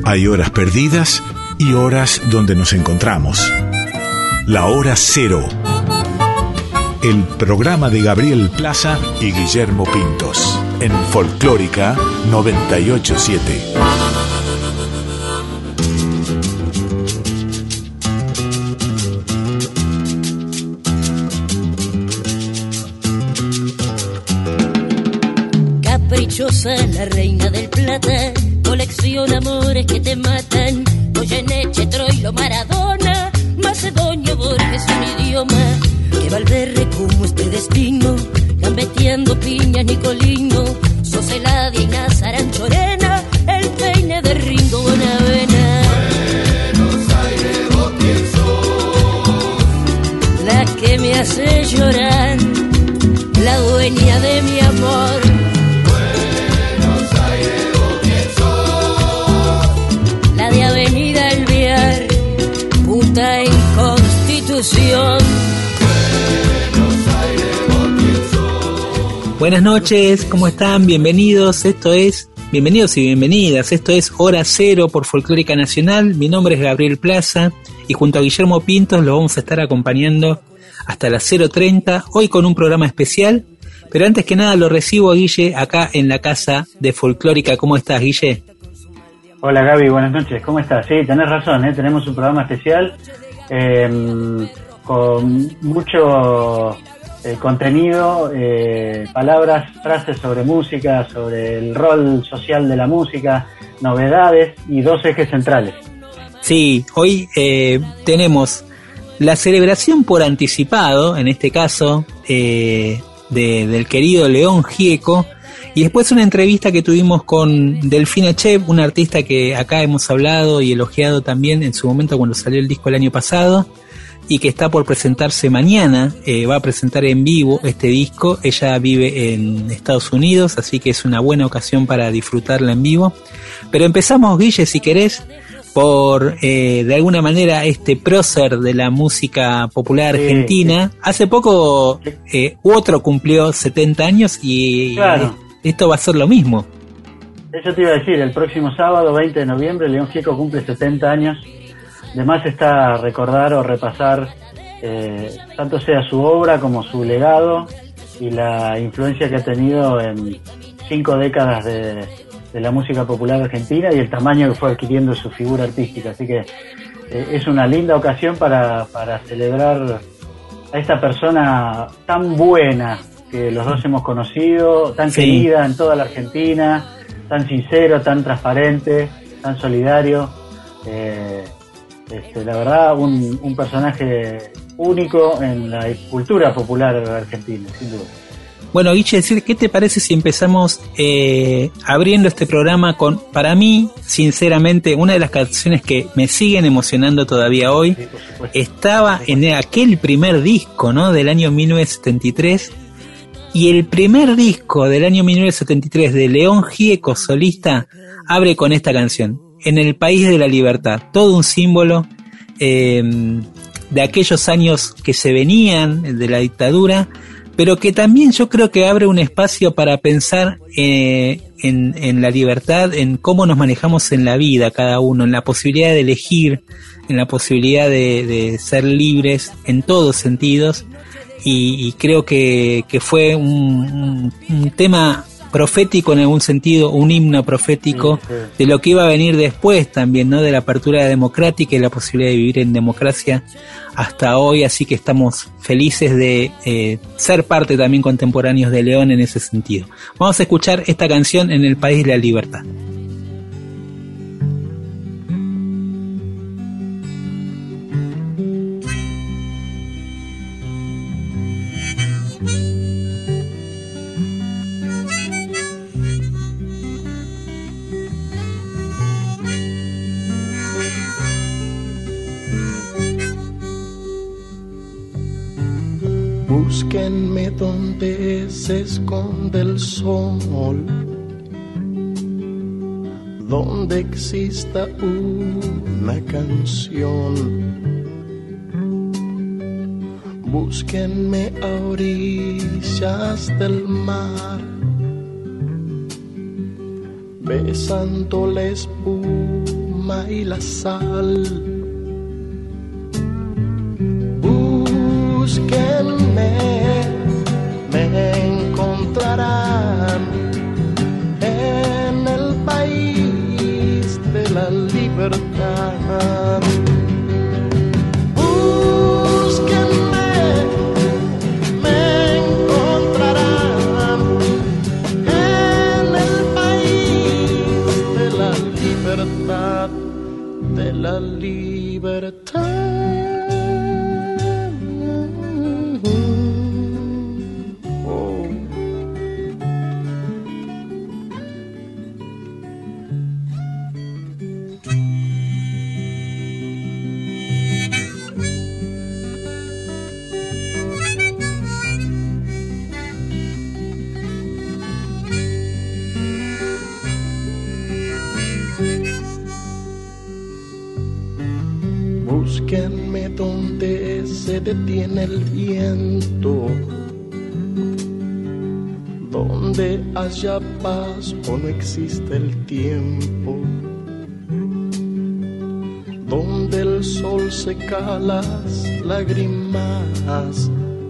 Hay horas perdidas y horas donde nos encontramos. La Hora Cero. El programa de Gabriel Plaza y Guillermo Pintos. En Folclórica 98.7. Caprichosa, la reina del plata, colecciona amores que te matan. Goyeneche, Troilo, Maradona, Macedonio, Borges, un idioma. Que Valverde como este destino, gambeteando Piñas, Nicolino, Soseladia, Inás, Aranchorena, el peine de Ringo Bonavena. Buenos Aires, vos quién sos, la que me hace llorar, la dueña de mi amor. Buenos Aires, vos quién sos, La de Avenida Alvear, puta en Constitución. Buenas noches, ¿cómo están? Bienvenidos, bienvenidos y bienvenidas, esto es Hora Cero por Folclórica Nacional. Mi nombre es Gabriel Plaza y junto a Guillermo Pintos lo vamos a estar acompañando hasta las 0:30, hoy con un programa especial, pero antes que nada lo recibo a Guille acá en la casa de Folclórica. ¿Cómo estás, Guille? Hola Gaby, buenas noches, ¿cómo estás? Sí, tenés razón, tenemos un programa especial con mucho contenido, palabras, frases sobre música, sobre el rol social de la música, novedades y dos ejes centrales. Sí, hoy tenemos la celebración por anticipado, en este caso, del querido León Gieco, y después una entrevista que tuvimos con Delfina Chev, una artista que acá hemos hablado y elogiado también en su momento cuando salió el disco el año pasado, y que está por presentarse mañana, va a presentar en vivo este disco. Ella vive en Estados Unidos, así que es una buena ocasión para disfrutarla en vivo. Pero empezamos, Guille, si querés, por de alguna manera este prócer de la música popular argentina. Sí. Hace poco otro cumplió 70 años y claro, esto va a ser lo mismo. Eso te iba a decir, el próximo sábado 20 de noviembre León Gieco cumple 70 años. De más está recordar o repasar tanto sea su obra como su legado y la influencia que ha tenido en 5 décadas de la música popular argentina y el tamaño que fue adquiriendo su figura artística. Así que es una linda ocasión para celebrar a esta persona tan buena que los dos hemos conocido, tan querida en toda la Argentina, tan sincero, tan transparente, tan solidario. La verdad, un personaje único en la cultura popular argentina, sin duda. Bueno, Guille, ¿qué te parece si empezamos abriendo este programa con, para mí, sinceramente, una de las canciones que me siguen emocionando todavía hoy? Sí, estaba en aquel primer disco, ¿no?, del año 1973, y el primer disco del año 1973 de León Gieco solista abre con esta canción, En el País de la Libertad, todo un símbolo de aquellos años que se venían de la dictadura, pero que también yo creo que abre un espacio para pensar en la libertad, en cómo nos manejamos en la vida cada uno, en la posibilidad de elegir, en la posibilidad de ser libres en todos sentidos, y creo que fue un tema profético en algún sentido, un himno profético de lo que iba a venir después también, ¿no?, de la apertura democrática y la posibilidad de vivir en democracia hasta hoy, así que estamos felices de ser parte también contemporáneos de León en ese sentido. Vamos a escuchar esta canción, En el País de la Libertad. Búsquenme donde se esconde el sol, donde exista una canción. Búsquenme a orillas del mar, besando la espuma lima y la sal. Búsquenme, me encontrarán en el país de la libertad. Búsquenme, me encontrarán en el país de la libertad, de la libertad. Búsquenme donde se detiene el viento, donde haya paz o no existe el tiempo, donde el sol seca las lágrimas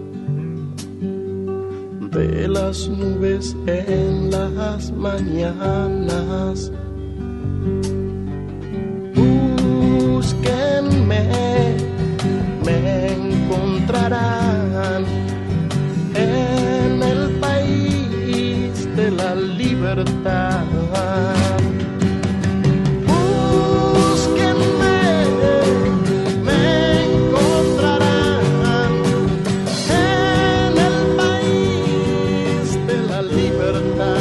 de las nubes en las mañanas. Me encontrarán en el país de la libertad. Búsquenme, me encontrarán en el país de la libertad.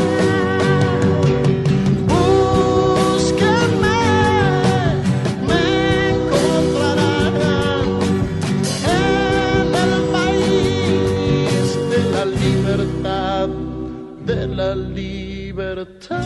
De la libertad.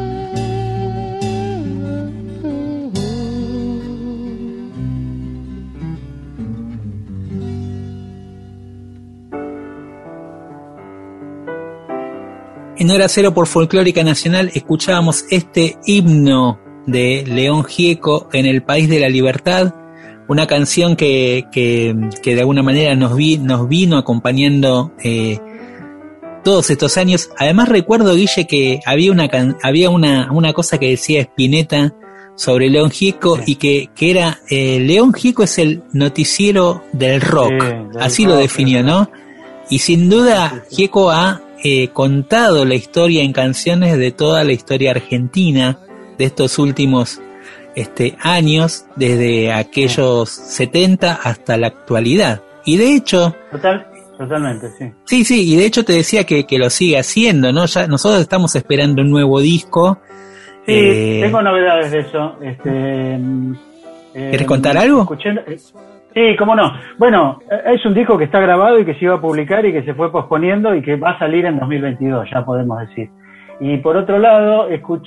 En Hora Cero por Folclórica Nacional escuchábamos este himno de León Gieco, En el País de la Libertad, una canción que de alguna manera nos vino acompañando todos estos años. Además recuerdo, Guille, que había una cosa que decía Spinetta sobre León Gieco, sí, y que era León Gieco es el noticiero del rock, sí, así rock, lo definió, ¿no? Y sin duda Gieco ha contado la historia en canciones de toda la historia argentina de estos últimos años, desde aquellos 70 hasta la actualidad. Y de hecho... Totalmente, sí. Sí, y de hecho te decía que lo sigue haciendo, ¿no? Ya nosotros estamos esperando un nuevo disco. Sí, tengo novedades de eso. ¿Quieres contar algo? Sí, cómo no. Bueno, es un disco que está grabado y que se iba a publicar y que se fue posponiendo y que va a salir en 2022, ya podemos decir. Y por otro lado,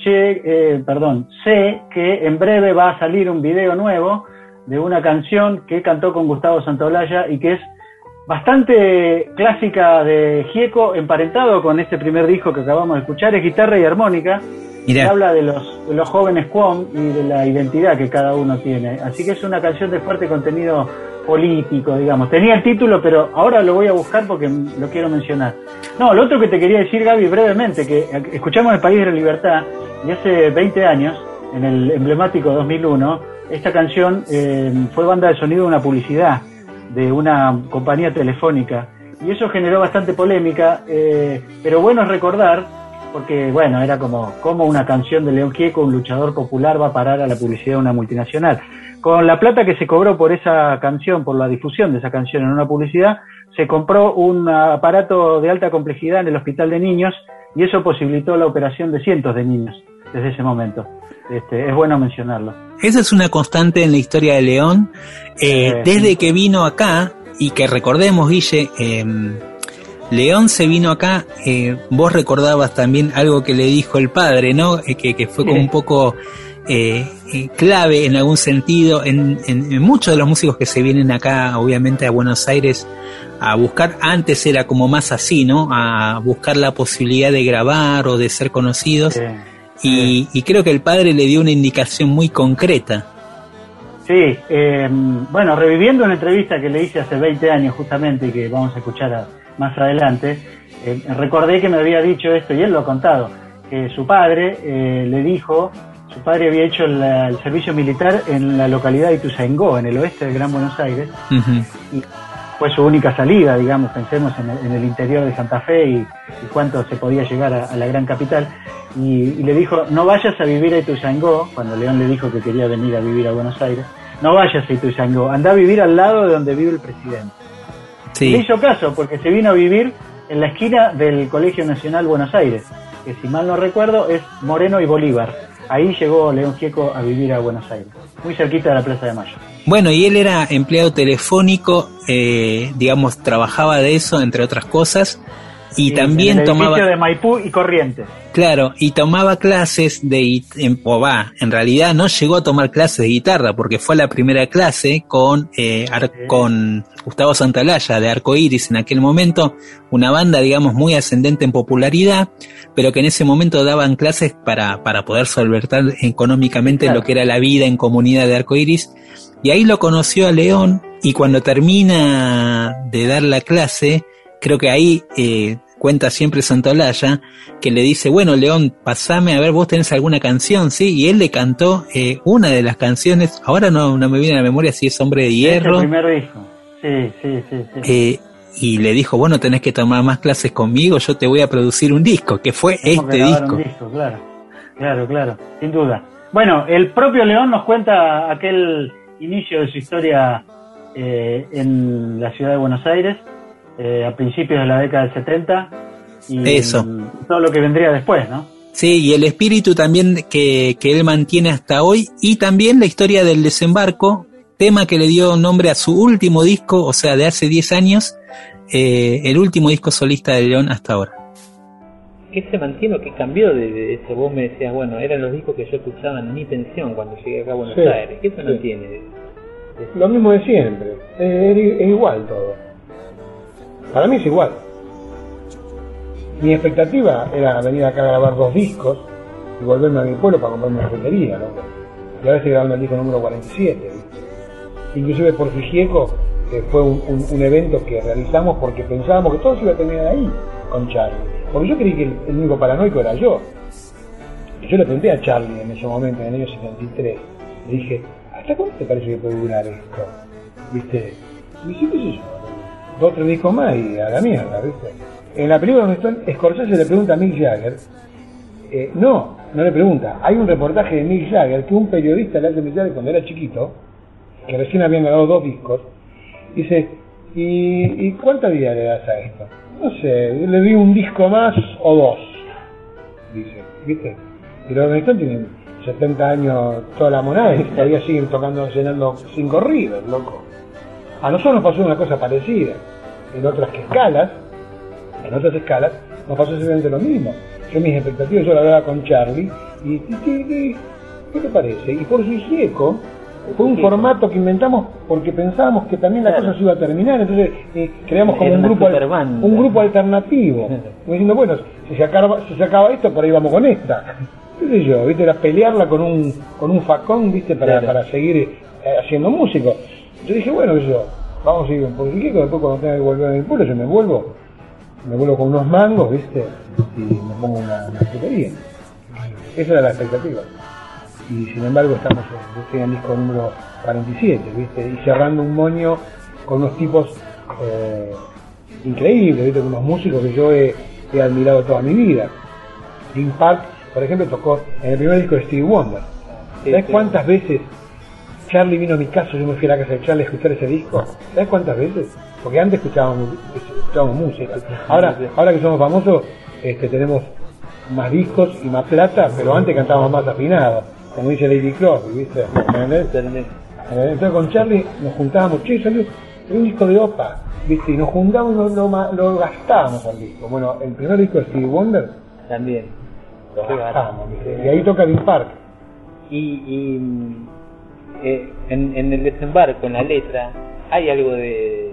sé que en breve va a salir un video nuevo de una canción que cantó con Gustavo Santaolalla y que es bastante clásica de Gieco, emparentado con este primer disco que acabamos de escuchar, es guitarra y armónica. Que habla de los jóvenes Cuom y de la identidad que cada uno tiene. Así que es una canción de fuerte contenido político, digamos. Tenía el título, pero ahora lo voy a buscar porque lo quiero mencionar. No, lo otro que te quería decir, Gaby, brevemente, que escuchamos El País de la Libertad y hace 20 años, en el emblemático 2001, esta canción fue banda de sonido de una publicidad de una compañía telefónica. Y eso generó bastante polémica, pero bueno es recordar, porque bueno, era como una canción de León Gieco, un luchador popular, va a parar a la publicidad de una multinacional. Con la plata que se cobró por esa canción, por la difusión de esa canción en una publicidad, se compró un aparato de alta complejidad en el hospital de niños y eso posibilitó la operación de cientos de niños desde ese momento. Es bueno mencionarlo. Esa es una constante en la historia de León, desde que vino acá, y que recordemos, Guille, León se vino acá, vos recordabas también algo que le dijo el padre, ¿no? Que fue como un poco clave en algún sentido en muchos de los músicos que se vienen acá, obviamente a Buenos Aires, a buscar. Antes era como más así, ¿no? A buscar la posibilidad de grabar o de ser conocidos. y creo que el padre le dio una indicación muy concreta. Sí, bueno, reviviendo una entrevista que le hice hace 20 años justamente y que vamos a escuchar más adelante, recordé que me había dicho esto, y él lo ha contado, que su padre le dijo, su padre había hecho el servicio militar en la localidad de Ituzaingó, en el oeste del Gran Buenos Aires, y fue su única salida, digamos, pensemos en el interior de Santa Fe y cuánto se podía llegar a la gran capital, y le dijo, no vayas a vivir a Ituzaingó, cuando León le dijo que quería venir a vivir a Buenos Aires, no vayas a Ituzaingó, anda a vivir al lado de donde vive el presidente. Sí. Y le hizo caso, porque se vino a vivir en la esquina del Colegio Nacional Buenos Aires, que si mal no recuerdo es Moreno y Bolívar. Ahí llegó León Gieco a vivir a Buenos Aires, muy cerquita de la Plaza de Mayo. Bueno, y él era empleado telefónico, digamos, trabajaba de eso, entre otras cosas, y sí, también en el tomaba... edificio de Maipú y Corrientes. Claro, y tomaba clases en realidad no llegó a tomar clases de guitarra, porque fue la primera clase con Gustavo Santaolalla de Arcoiris en aquel momento, una banda, digamos, muy ascendente en popularidad, pero que en ese momento daban clases para poder solventar económicamente lo que era la vida en comunidad de Arcoiris, y ahí lo conoció a León, y cuando termina de dar la clase, creo que ahí cuenta siempre Santaolalla, que le dice, bueno, León, pasame, a ver, vos tenés alguna canción, ¿sí? Y él le cantó una de las canciones, ahora no me viene a la memoria si es Hombre de Hierro. Es el primer disco, sí. Y le dijo, bueno, tenés que tomar más clases conmigo, yo te voy a producir un disco, que fue este disco. Un disco, claro, sin duda. Bueno, el propio León nos cuenta aquel inicio de su historia en la ciudad de Buenos Aires, a principios de la década del 70 y eso, todo lo que vendría después, ¿no? Sí, y el espíritu también que él mantiene hasta hoy, y también la historia del desembarco, tema que le dio nombre a su último disco, o sea, de hace 10 años, el último disco solista de León hasta ahora. ¿Qué se mantiene o qué cambió de eso? Vos me decías, bueno, eran los discos que yo escuchaba en mi pensión cuando llegué acá a Buenos Aires. ¿Qué se mantiene? Lo mismo de siempre, es igual todo. Para mí es igual. Mi expectativa era venir acá a grabar 2 discos y volverme a mi pueblo para comprarme una batería, ¿no? Y ahora estoy grabando el disco número 47, ¿viste? Inclusive por Gieco, fue un evento que realizamos porque pensábamos que todo se iba a terminar ahí con Charlie. Porque yo creí que el único paranoico era yo. Y yo le pregunté a Charlie en ese momento, en el año 73, le dije, ¿hasta cuándo te parece que puede durar esto? ¿Viste? Y dice, ¿qué sé yo? 2 o 3 discos más y a la mierda, ¿viste? En la película donde está Scorsese le pregunta a Mick Jagger, no le pregunta, hay un reportaje de Mick Jagger que un periodista le hace a Mick Jagger cuando era chiquito, que recién habían grabado 2 discos, dice, ¿y cuánta vida le das a esto? No sé, le di un disco más o 2, dice, ¿viste? Y los Rolling Stones tienen 70 años toda la monada y todavía siguen tocando, llenando 5 Rivers, loco. A nosotros nos pasó una cosa parecida, en otras escalas nos pasó exactamente lo mismo. Yo mis expectativas, yo la hablaba con Charlie y ¿qué te parece? Y por Gieco fue un formato que inventamos porque pensábamos que también la cosa se iba a terminar, entonces creamos como un grupo alternativo, diciendo, bueno, si se acaba esto, por ahí vamos con esta, qué sé yo, ¿viste? Era pelearla con un facón, ¿viste? Para seguir haciendo música. Yo dije, bueno, vamos a ir por Gieco, después cuando tenga que volver a mi pueblo, yo me vuelvo con unos mangos, ¿viste? Y me pongo una putería. Esa era la expectativa. Y sin embargo yo estoy en el disco número 47, ¿viste? Y cerrando un moño con unos tipos increíbles, ¿viste? Con unos músicos que yo he admirado toda mi vida. Dean Park, por ejemplo, tocó en el primer disco de Stevie Wonder. ¿Sabes cuántas veces Charlie vino a mi casa, yo me fui a la casa de Charlie a escuchar ese disco? ¿Sabes cuántas veces? Porque antes escuchábamos música. Ahora que somos famosos, tenemos más discos y más plata, pero antes cantábamos más afinados, como dice Lady Crosby, ¿viste? Entonces con Charlie nos juntábamos, salió un disco de OPA, ¿viste? Y nos juntábamos y lo gastábamos al disco. Bueno, el primer disco de Stevie Wonder también lo gastábamos, ¿viste? Y ahí toca Dean Park. Y en el desembarco, en la letra, hay algo de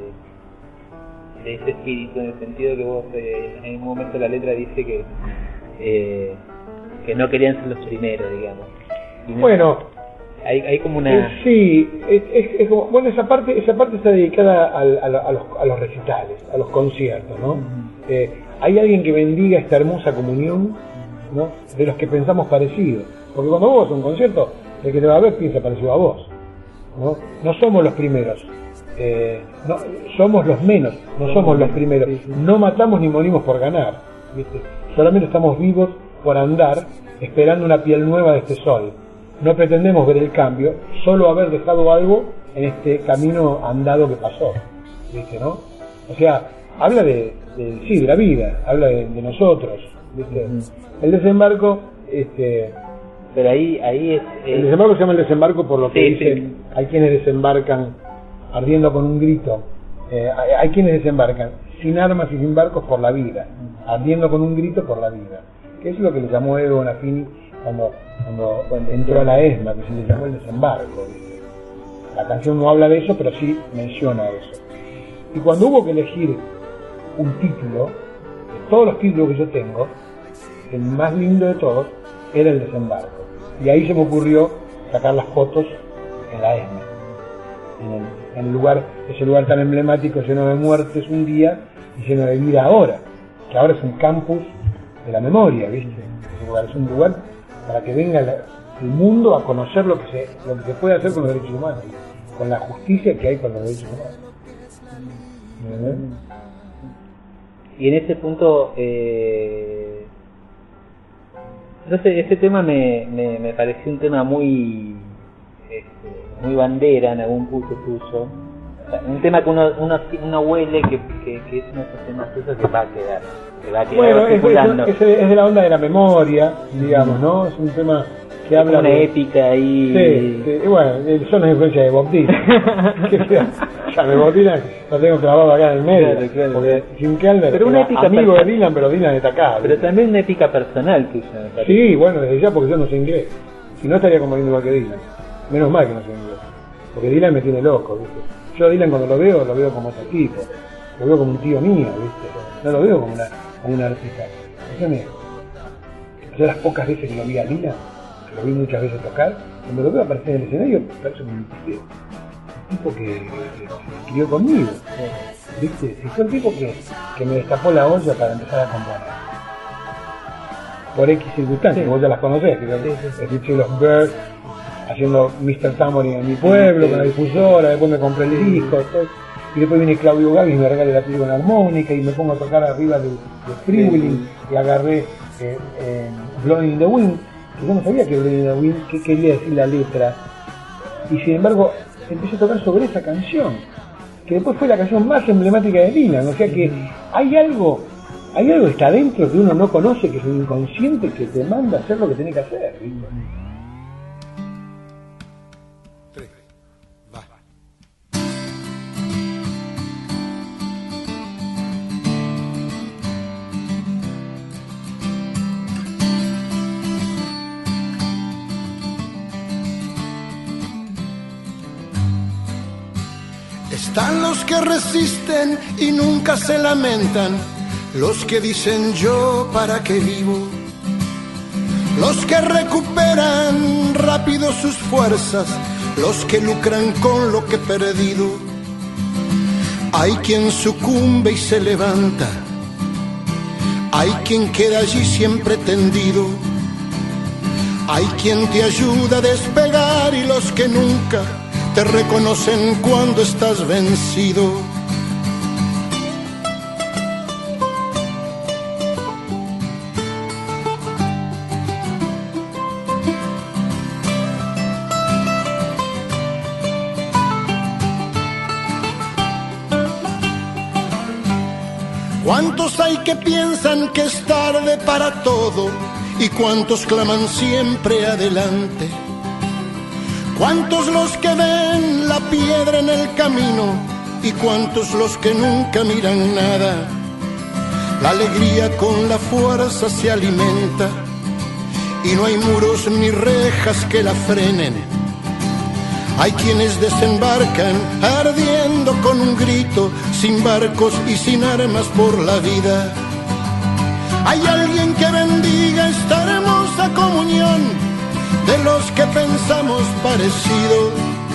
ese espíritu, en el sentido que vos en un momento la letra dice que que no querían ser los primeros, digamos. Y no, Bueno, hay como una... sí, es como, bueno, esa parte está dedicada a los recitales, a los conciertos, ¿no? Hay alguien que bendiga esta hermosa comunión, ¿no? De los que pensamos parecidos, porque cuando vos vas a un concierto, el que te va a ver piensa parecido a vos, ¿no? No somos los primeros, no, somos los menos, no somos los primeros, no matamos ni morimos por ganar, ¿viste? Solamente estamos vivos por andar, esperando una piel nueva de este sol. No pretendemos ver el cambio, solo haber dejado algo en este camino andado que pasó, ¿viste, no? O sea, habla de la vida, habla de nosotros, ¿viste? El desembarco, Pero ahí es... el desembarco se llama el desembarco por lo que dicen, hay quienes desembarcan ardiendo con un grito, hay quienes desembarcan sin armas y sin barcos por la vida, ardiendo con un grito por la vida, que es lo que le llamó Edo Bonafini cuando entró a la ESMA, que se le llamó el desembarco, ¿viste? La canción no habla de eso, pero sí menciona eso. Y cuando hubo que elegir un título, de todos los títulos que yo tengo, el más lindo de todos era el desembarco. Y ahí se me ocurrió sacar las fotos en la ESMA, en el lugar, ese lugar tan emblemático, lleno de muertes un día y lleno de vida ahora, que ahora es un campus de la memoria, ¿viste? Ese lugar es un lugar para que venga el mundo a conocer lo que se puede hacer con los derechos humanos, con la justicia que hay con los derechos humanos. ¿Verdad? Y en ese punto, no sé, ese tema me pareció un tema muy bandera en algún punto tuyo. O sea, un tema que uno huele que es uno de esos temas tuyos que va a quedar. Bueno, es de la onda de la memoria, digamos, ¿no? Es un tema que habla una de épica ahí. Sí, bueno, son las influencias de Bob Dylan. Ya de Bob Dylan lo tengo clavado acá en el medio. Claro. Porque Jim Kelner pero una épica amigo de Dylan, pero Dylan está acá. Pero también una épica personal tuya, me parece. Sí, bueno, desde ya porque yo no sé inglés. Si no estaría componiendo igual que Dylan. Menos mal que no sé inglés. Porque Dylan me tiene loco, ¿viste? Yo a Dylan cuando lo veo como este tipo. Lo veo como un tío mío, ¿viste? No lo veo como un artista. Escúchame, yo las pocas veces que lo vi a Dylan, que lo vi muchas veces tocar, cuando lo veo aparecer en el escenario, parece un tipo que escribió conmigo, ¿viste? Si fue un tipo que me destapó la olla para empezar a componer. Por X circunstancias, vos ya las conocés, escuché los Birds haciendo Mr. Tambourine en mi pueblo, con la difusora, después me compré el disco, y después viene Claudio Gavis y me regala la película en armónica y me pongo a tocar arriba de Freewheeling y agarré Blowing in the Wind, que yo no sabía que Blowing in the Wind qué quería decir la letra, y sin embargo empecé a tocar sobre esa canción, que después fue la canción más emblemática de Dylan, o sea que hay algo que está dentro que uno no conoce, que es un inconsciente que te manda a hacer lo que tiene que hacer, ¿viste? Están los que resisten y nunca se lamentan, los que dicen yo para qué vivo, los que recuperan rápido sus fuerzas, los que lucran con lo que he perdido. Hay quien sucumbe y se levanta, hay quien queda allí siempre tendido, hay quien te ayuda a despegar y los que nunca te reconocen cuando estás vencido. ¿Cuántos hay que piensan que es tarde para todo? ¿Y cuántos claman siempre adelante? ¿Cuántos los que ven la piedra en el camino? ¿Y cuántos los que nunca miran nada? La alegría con la fuerza se alimenta y no hay muros ni rejas que la frenen. Hay quienes desembarcan ardiendo con un grito, sin barcos y sin armas por la vida. Hay alguien que bendiga esta hermosa pensamos parecido.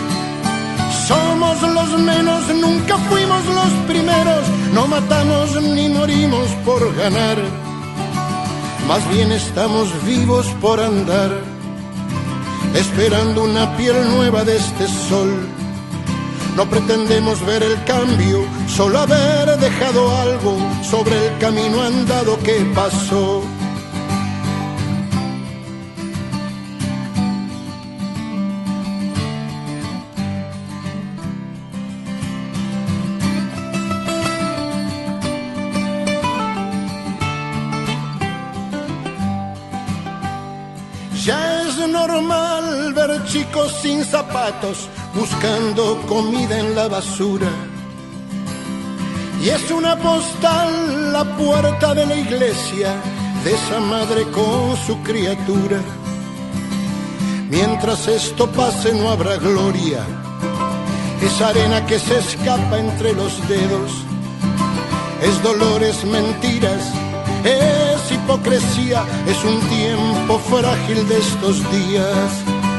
Somos los menos, nunca fuimos los primeros. No matamos ni morimos por ganar. Más bien estamos vivos por andar, esperando una piel nueva de este sol. No pretendemos ver el cambio, solo haber dejado algo sobre el camino andado que pasó. Ya es normal ver chicos sin zapatos buscando comida en la basura. Y es una postal la puerta de la iglesia de esa madre con su criatura. Mientras esto pase no habrá gloria. Es arena que se escapa entre los dedos. Es dolor, es mentiras, es hipocresía, es un tiempo frágil de estos días.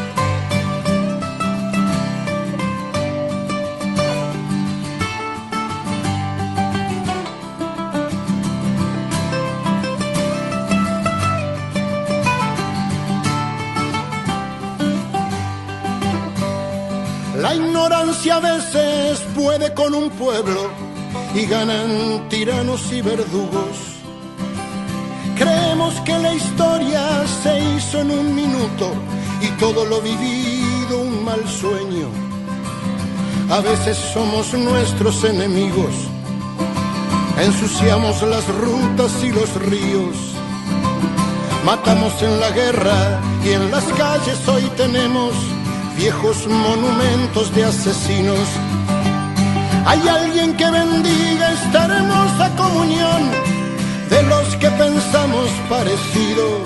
La ignorancia a veces puede con un pueblo y ganan tiranos y verdugos. Creemos que la historia se hizo en un minuto y todo lo vivido un mal sueño. A veces somos nuestros enemigos, ensuciamos las rutas y los ríos. Matamos en la guerra y en las calles hoy tenemos viejos monumentos de asesinos. Hay alguien que bendiga esta hermosa comunión de los que pensamos parecido.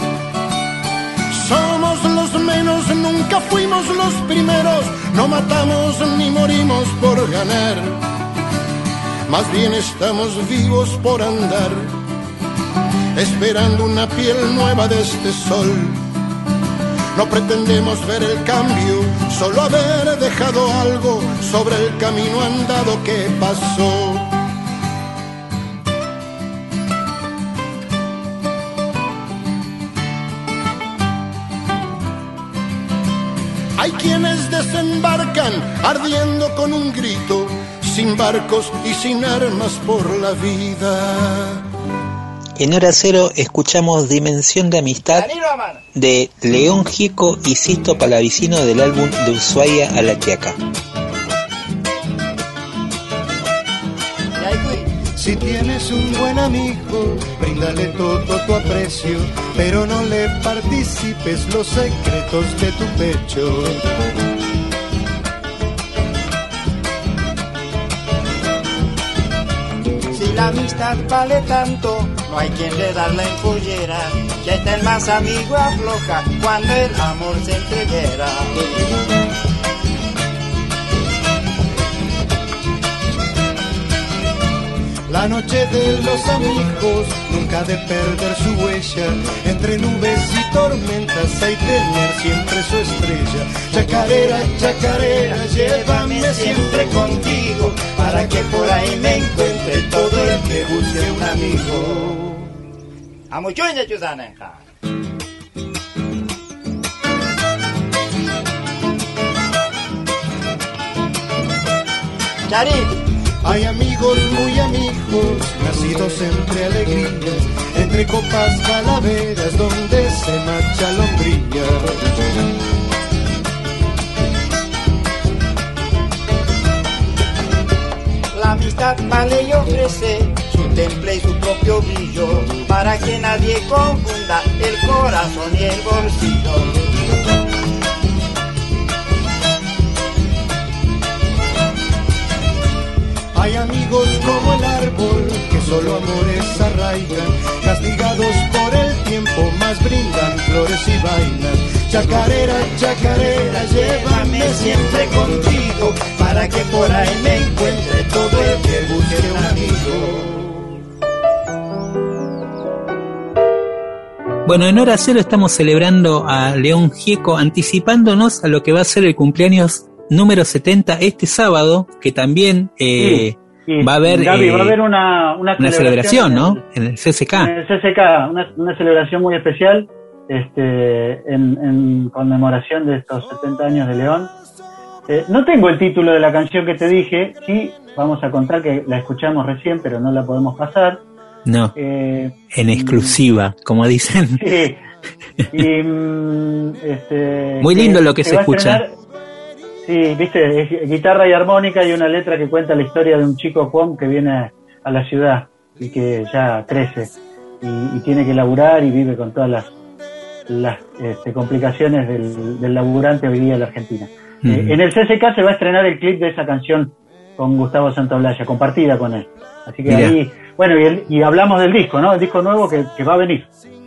Somos los menos, nunca fuimos los primeros. No matamos ni morimos por ganar. Más bien estamos vivos por andar, esperando una piel nueva de este sol. No pretendemos ver el cambio, solo haber dejado algo sobre el camino andado que pasó. Hay quienes desembarcan ardiendo con un grito, sin barcos y sin armas por la vida. En Hora Cero escuchamos Dimensión de Amistad de León Gieco y Sisto Palavicino del álbum De Ushuaia a La Quiaca. Si tienes un buen amigo, bríndale todo tu aprecio, pero no le participes los secretos de tu pecho. Si la amistad vale tanto, no hay quien le da la empollera, que hasta el más amigo afloja cuando el amor se entreguera. La noche de los amigos nunca ha de perder su huella. Entre nubes y tormentas hay tener siempre su estrella. Chacarera, chacarera, llévame siempre contigo, para que por ahí me encuentre todo el que busque un amigo. Amuchoña Chuzanenja. Charit. Hay amigos muy amigos, nacidos entre alegrías, entre copas calaveras donde se marcha lombría. La amistad vale y ofrece su temple y su propio brillo, para que nadie confunda el corazón y el bolsillo. Hay amigos como el árbol que solo amores arraigan, castigados por el tiempo más brindan flores y vainas. Chacarera, chacarera, llévame siempre contigo, para que por ahí me encuentre todo el que busque un amigo. Bueno, en Hora Cero estamos celebrando a León Gieco, anticipándonos a lo que va a ser el cumpleaños número 70 este sábado, que también va a haber, Gaby, va a haber una celebración, ¿no? En el CCK. En el CCK, una celebración muy especial en conmemoración de estos 70 años de León. No tengo el título de la canción que te dije, sí, vamos a contar que la escuchamos recién, pero no la podemos pasar. No, en exclusiva, como dicen. Sí. Y, muy lindo lo que se escucha. Sí, viste, es guitarra y armónica y una letra que cuenta la historia de un chico Juan que viene a la ciudad y que ya crece y tiene que laburar y vive con todas las complicaciones del laburante hoy día en la Argentina. En el CCK se va a estrenar el clip de esa canción con Gustavo Santaolalla, compartida con él. Así que mirá. Ahí, bueno, y hablamos del disco, ¿no? El disco nuevo que va a venir.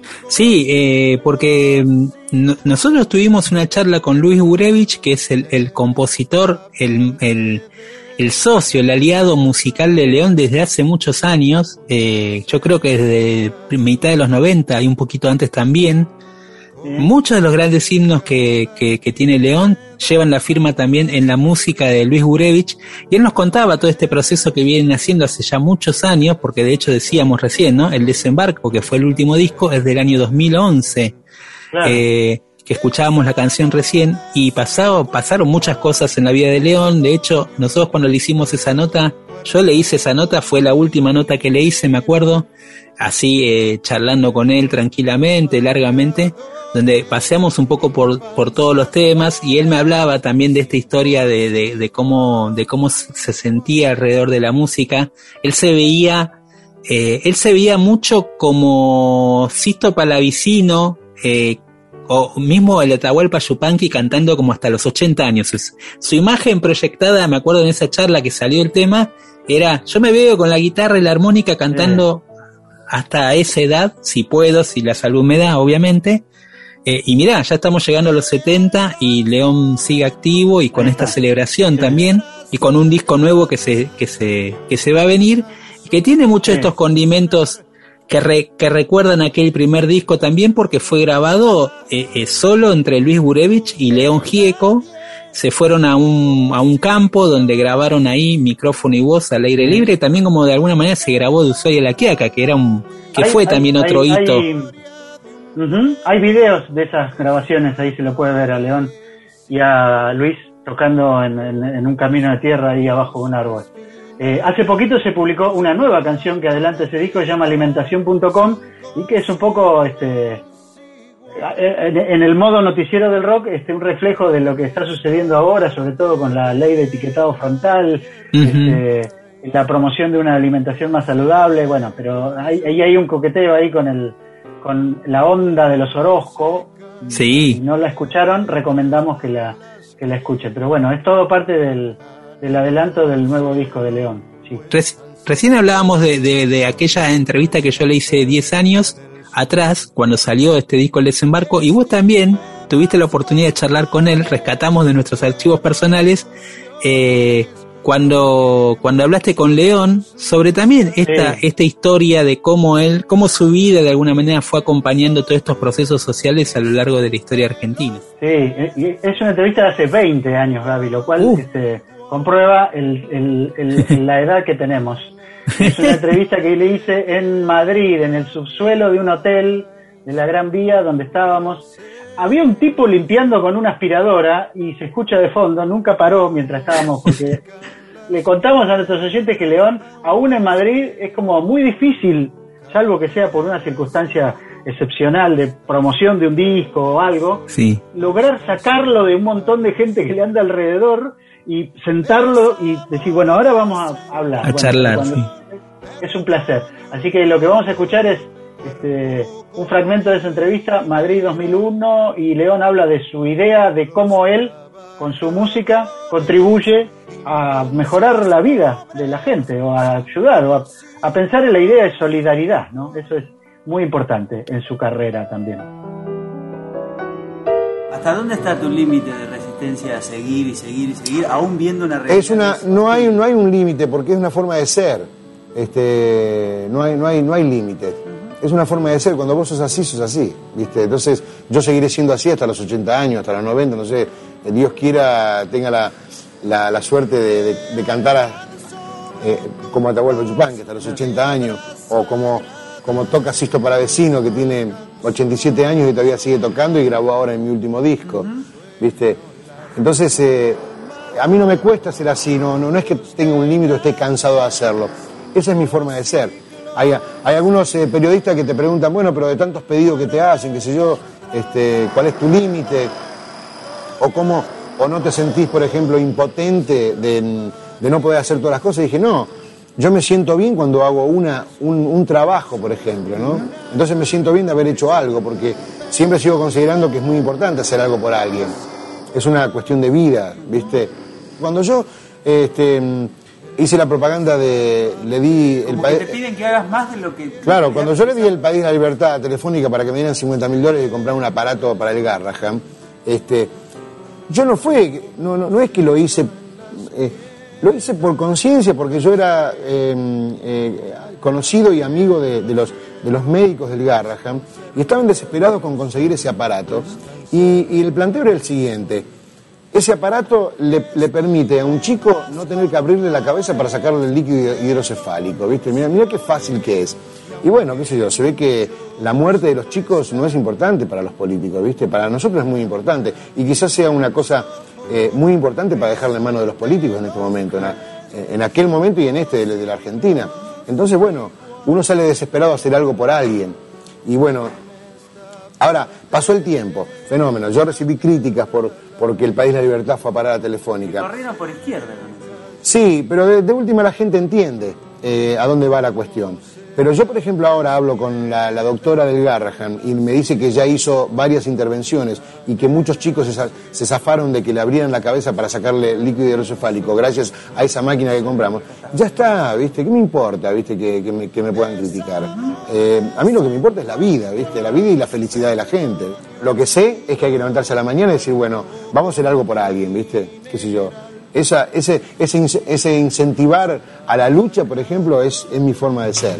Sí, porque nosotros tuvimos una charla con Luis Gurevich, que es el compositor, el socio, el aliado musical de León desde hace muchos años, yo creo que desde mitad de los 90 y un poquito antes también. Muchos de los grandes himnos que tiene León llevan la firma también en la música de Luis Gurevich, y él nos contaba todo este proceso que vienen haciendo hace ya muchos años, porque de hecho decíamos recién, ¿no? El Desembarco, que fue el último disco, es del año 2011, claro. Que escuchábamos la canción recién, y pasaron muchas cosas en la vida de León. De hecho, nosotros cuando le hicimos esa nota, yo le hice esa nota, fue la última nota que le hice, me acuerdo, así charlando con él tranquilamente, largamente, donde paseamos un poco por todos los temas, y él me hablaba también de esta historia de cómo se sentía alrededor de la música. Él se veía mucho como Sisto Palavicino, o mismo el Atahualpa Yupanqui cantando como hasta los 80 años. Su imagen proyectada, me acuerdo en esa charla que salió el tema, era, yo me veo con la guitarra y la armónica cantando hasta esa edad, si puedo, si la salud me da, obviamente. Y mirá, ya estamos llegando a los 70 y León sigue activo, y con esta celebración también, y con un disco nuevo que se va a venir, y que tiene muchos de estos condimentos que recuerdan aquel primer disco también, porque fue grabado solo entre Luis Gurevich y León Gieco. Se fueron a un campo donde grabaron ahí micrófono y voz al aire libre, también como de alguna manera se grabó de Ushuaia a La Quiaca, fue también otro hito. Hay videos de esas grabaciones, ahí se lo puede ver a León y a Luis tocando en un camino de tierra ahí abajo de un árbol. Hace poquito se publicó una nueva canción que adelanta ese disco, se llama Alimentación.com, y que es un poco en el modo noticiero del rock, un reflejo de lo que está sucediendo ahora, sobre todo con la ley de etiquetado frontal, la promoción de una alimentación más saludable. Bueno, pero ahí hay un coqueteo ahí con la onda de los Orozco. Sí. Si no la escucharon, recomendamos que la escuchen. Pero bueno, es todo parte del adelanto del nuevo disco de León. Sí. Recién hablábamos de aquella entrevista que yo le hice 10 años atrás, cuando salió este disco El Desembarco, y vos también tuviste la oportunidad de charlar con él, rescatamos de nuestros archivos personales, cuando hablaste con León sobre también esta historia de cómo su vida de alguna manera fue acompañando todos estos procesos sociales a lo largo de la historia argentina. Sí, es una entrevista de hace 20 años, Gaby, lo cual comprueba la edad que tenemos. Es una entrevista que le hice en Madrid, en el subsuelo de un hotel de la Gran Vía donde estábamos. Había un tipo limpiando con una aspiradora y se escucha de fondo, nunca paró mientras estábamos, porque le contamos a nuestros oyentes que León, aún en Madrid, es como muy difícil, salvo que sea por una circunstancia excepcional de promoción de un disco o algo, lograr sacarlo de un montón de gente que le anda alrededor y sentarlo y decir, bueno, ahora vamos a hablar. Charlar, Es un placer. Así que lo que vamos a escuchar es un fragmento de esa entrevista, Madrid 2001, y León habla de su idea de cómo él, con su música, contribuye a mejorar la vida de la gente, o a ayudar, o a pensar en la idea de solidaridad, ¿no? Eso es muy importante en su carrera también. ¿Hasta dónde está tu límite de resistencia a seguir y seguir y seguir, aún viendo una realidad? No hay un límite, porque es una forma de ser. No hay límites. es una forma de ser. Cuando vos sos así, ¿viste? Entonces yo seguiré siendo así hasta los 80 años, hasta los 90, no sé, Dios quiera tenga la suerte de cantar como Atahualpa Yupanqui hasta los 80 años, o como toca Sisto Palavecino, que tiene 87 años y todavía sigue tocando y grabó ahora en mi último disco, ¿viste? Entonces, a mí no me cuesta ser así, no es que tenga un límite o esté cansado de hacerlo. Esa es mi forma de ser. Hay algunos periodistas que te preguntan, bueno, pero de tantos pedidos que te hacen, qué sé yo, ¿cuál es tu límite? O no te sentís, por ejemplo, impotente de no poder hacer todas las cosas. Y dije, no, yo me siento bien cuando hago un trabajo, por ejemplo, ¿no? Entonces me siento bien de haber hecho algo, porque siempre sigo considerando que es muy importante hacer algo por alguien. Es una cuestión de vida, ¿viste? Cuando yo hice la propaganda le di el país. Te piden que hagas más de lo que. Claro, cuando yo le di el país la libertad telefónica para que me dieran $50.000 y comprar un aparato para el Garrahan, yo no es que lo hice. Lo hice por conciencia, porque yo era conocido y amigo de los médicos del Garrahan y estaban desesperados con conseguir ese aparato. Y el planteo era el siguiente: ese aparato le permite a un chico no tener que abrirle la cabeza para sacarle el líquido hidrocefálico, ¿viste? Mira qué fácil que es. Y bueno, qué sé yo, se ve que la muerte de los chicos no es importante para los políticos, ¿viste? Para nosotros es muy importante, y quizás sea una cosa muy importante para dejarle en manos de los políticos en este momento, en aquel momento y en de la Argentina. Entonces, bueno, uno sale desesperado a hacer algo por alguien. Y bueno, ahora, pasó el tiempo, fenómeno. Yo recibí críticas porque el país La Libertad fue a parar a Telefónica. Corrieron por izquierda. Sí, pero de última la gente entiende a dónde va la cuestión. Pero yo, por ejemplo, ahora hablo con la doctora del Garrahan y me dice que ya hizo varias intervenciones y que muchos chicos se zafaron de que le abrieran la cabeza para sacarle líquido hidrocefálico gracias a esa máquina que compramos. Ya está, ¿viste? ¿Qué me importa, viste, que me puedan criticar? A mí lo que me importa es la vida, ¿viste? La vida y la felicidad de la gente. Lo que sé es que hay que levantarse a la mañana y decir, bueno, vamos a hacer algo por alguien, ¿viste? Qué sé yo. Ese incentivar a la lucha, por ejemplo, es mi forma de ser.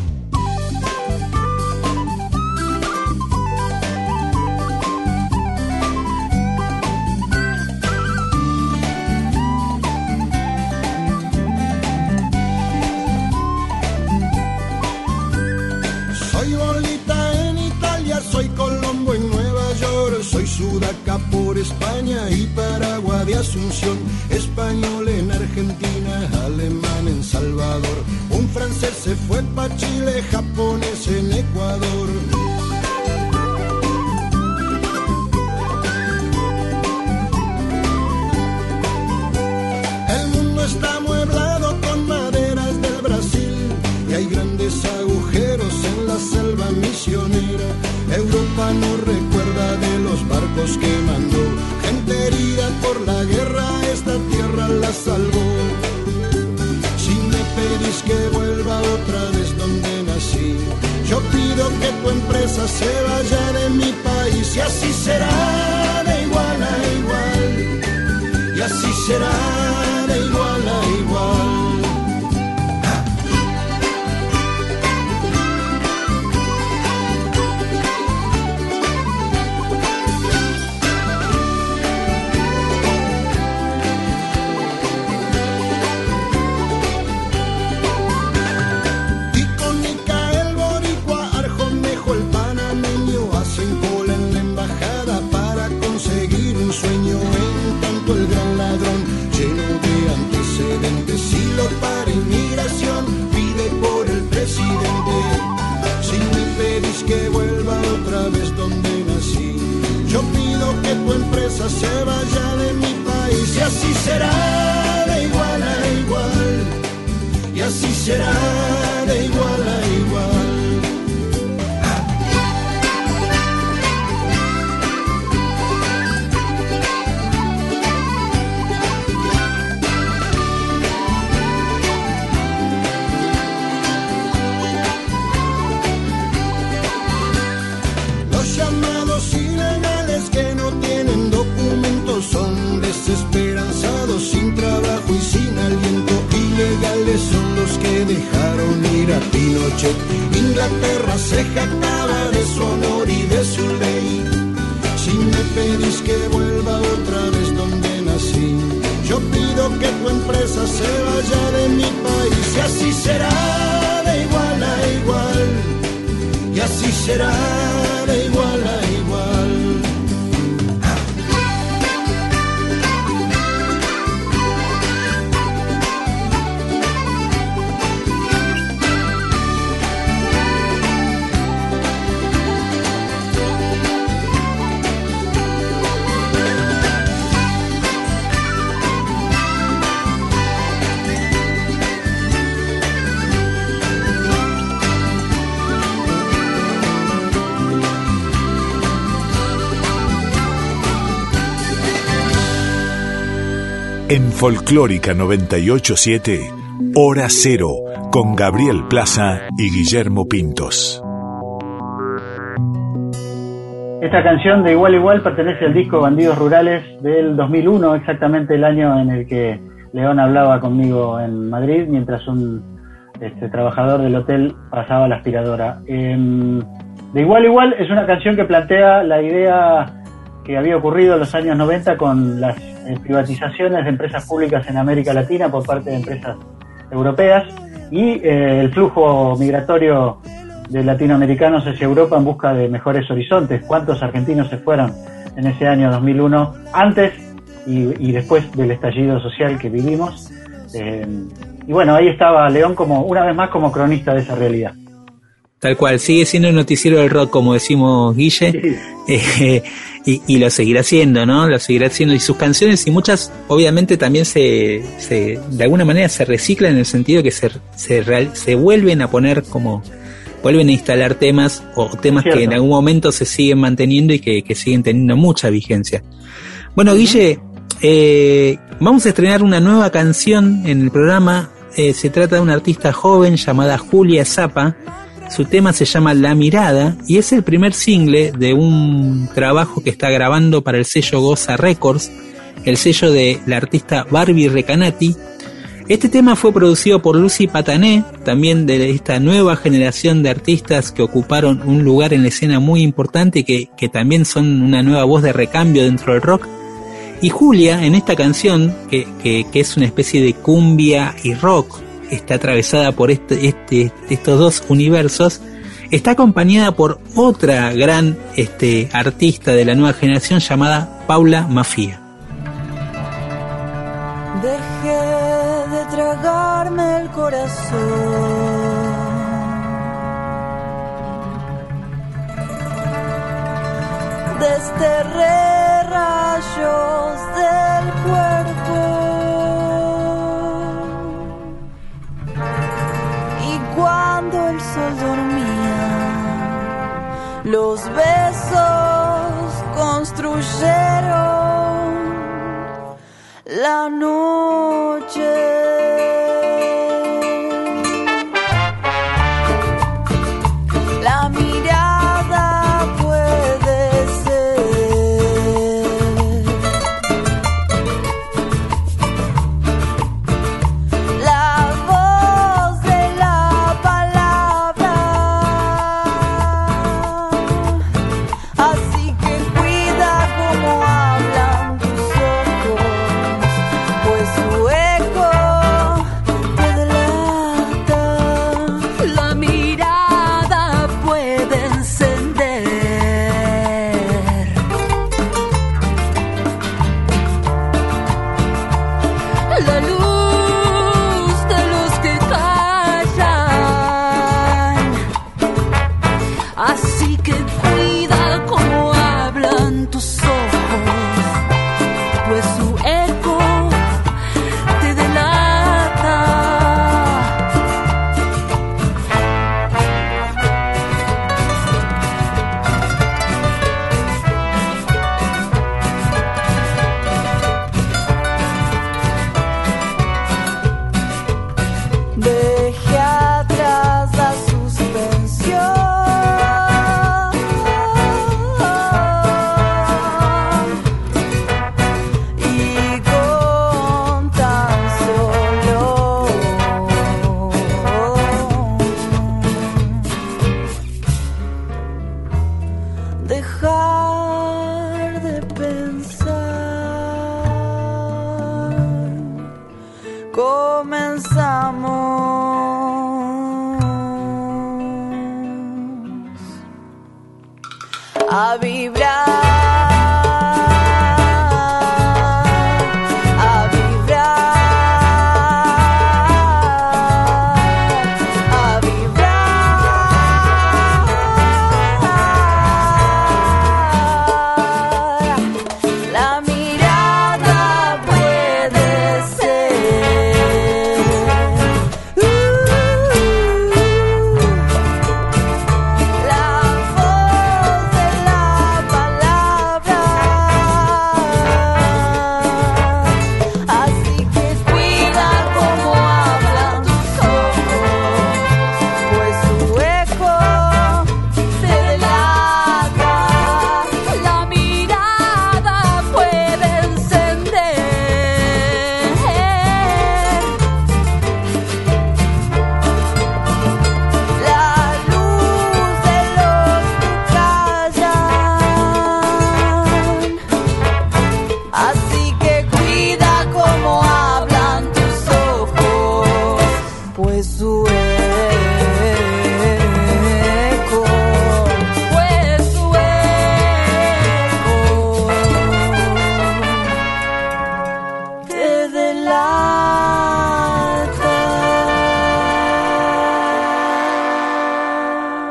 Soy Lolita en Italia, soy Colombo en Nueva York, soy Sudaca por España y Paraguay de Asunción, español en Argentina, alemán en Salvador, un francés se fue pa' Chile, japonés en Ecuador. El mundo está amueblado con maderas del Brasil y hay grandes agujeros en la selva misionera. Europa no recuerda de los barcos que mandó, gente herida por la guerra, esta tierra la salvó. Si me pedís que vuelva otra vez donde nací, yo pido que tu empresa se vaya de mi país, y así será de igual a igual, y así será de igual a igual. Sueño en tanto el gran ladrón, lleno de antecedentes, y lo para inmigración pide por el presidente. Si me pedís que vuelva otra vez donde nací, yo pido que tu empresa se vaya de mi país, y así será de igual a igual, y así será de igual a igual. Son desesperanzados, sin trabajo y sin aliento, ilegales son los que dejaron ir a Pinochet. Inglaterra se se jactaba de su honor y de su ley. Si me pedís que vuelva otra vez donde nací, yo pido que tu empresa se vaya de mi país. Y así será de igual a igual, y así será de igual a igual. En Folclórica 987, Hora Cero, con Gabriel Plaza y Guillermo Pintos. Esta canción de Igual a Igual pertenece al disco Bandidos Rurales del 2001, exactamente el año en el que León hablaba conmigo en Madrid, mientras un trabajador del hotel pasaba la aspiradora. De Igual a Igual es una canción que plantea la idea que había ocurrido en los años 90 con las privatizaciones de empresas públicas en América Latina por parte de empresas europeas y el flujo migratorio de latinoamericanos hacia Europa en busca de mejores horizontes. ¿Cuántos argentinos se fueron en ese año 2001, antes y después del estallido social que vivimos? Y bueno, ahí estaba León como una vez más como cronista de esa realidad. Tal cual, sigue siendo el noticiero del rock, como decimos Guille, y lo seguirá haciendo, ¿no? Lo seguirá haciendo, y sus canciones, y muchas, obviamente, también de alguna manera se reciclan en el sentido que se vuelven a poner vuelven a instalar temas, o temas que en algún momento se siguen manteniendo y que siguen teniendo mucha vigencia. Bueno, Guille, vamos a estrenar una nueva canción en el programa. Se trata de una artista joven llamada Julia Zappa. Su tema se llama La Mirada y es el primer single de un trabajo que está grabando para el sello Goza Records, el sello de la artista Barbie Recanati. Este tema fue producido por Lucy Patané, también de esta nueva generación de artistas que ocuparon un lugar en la escena muy importante y que también son una nueva voz de recambio dentro del rock. Y Julia, en esta canción, que es una especie de cumbia y rock, está atravesada por estos dos universos, está acompañada por otra gran artista de la nueva generación llamada Paula Mafia. Dejé de tragarme el corazón, desterré rayos del cuerpo. Cuando el sol dormía, los besos construyeron la noche. La mirada puede ser la voz de la palabra, así que cuida cómo hablan tus ojos, pues su eco te delata. La mirada puede encender la luz de los que callan, así que cuida cómo hablan tus ojos, pues su eco te delata. Dejé atrás la suspensión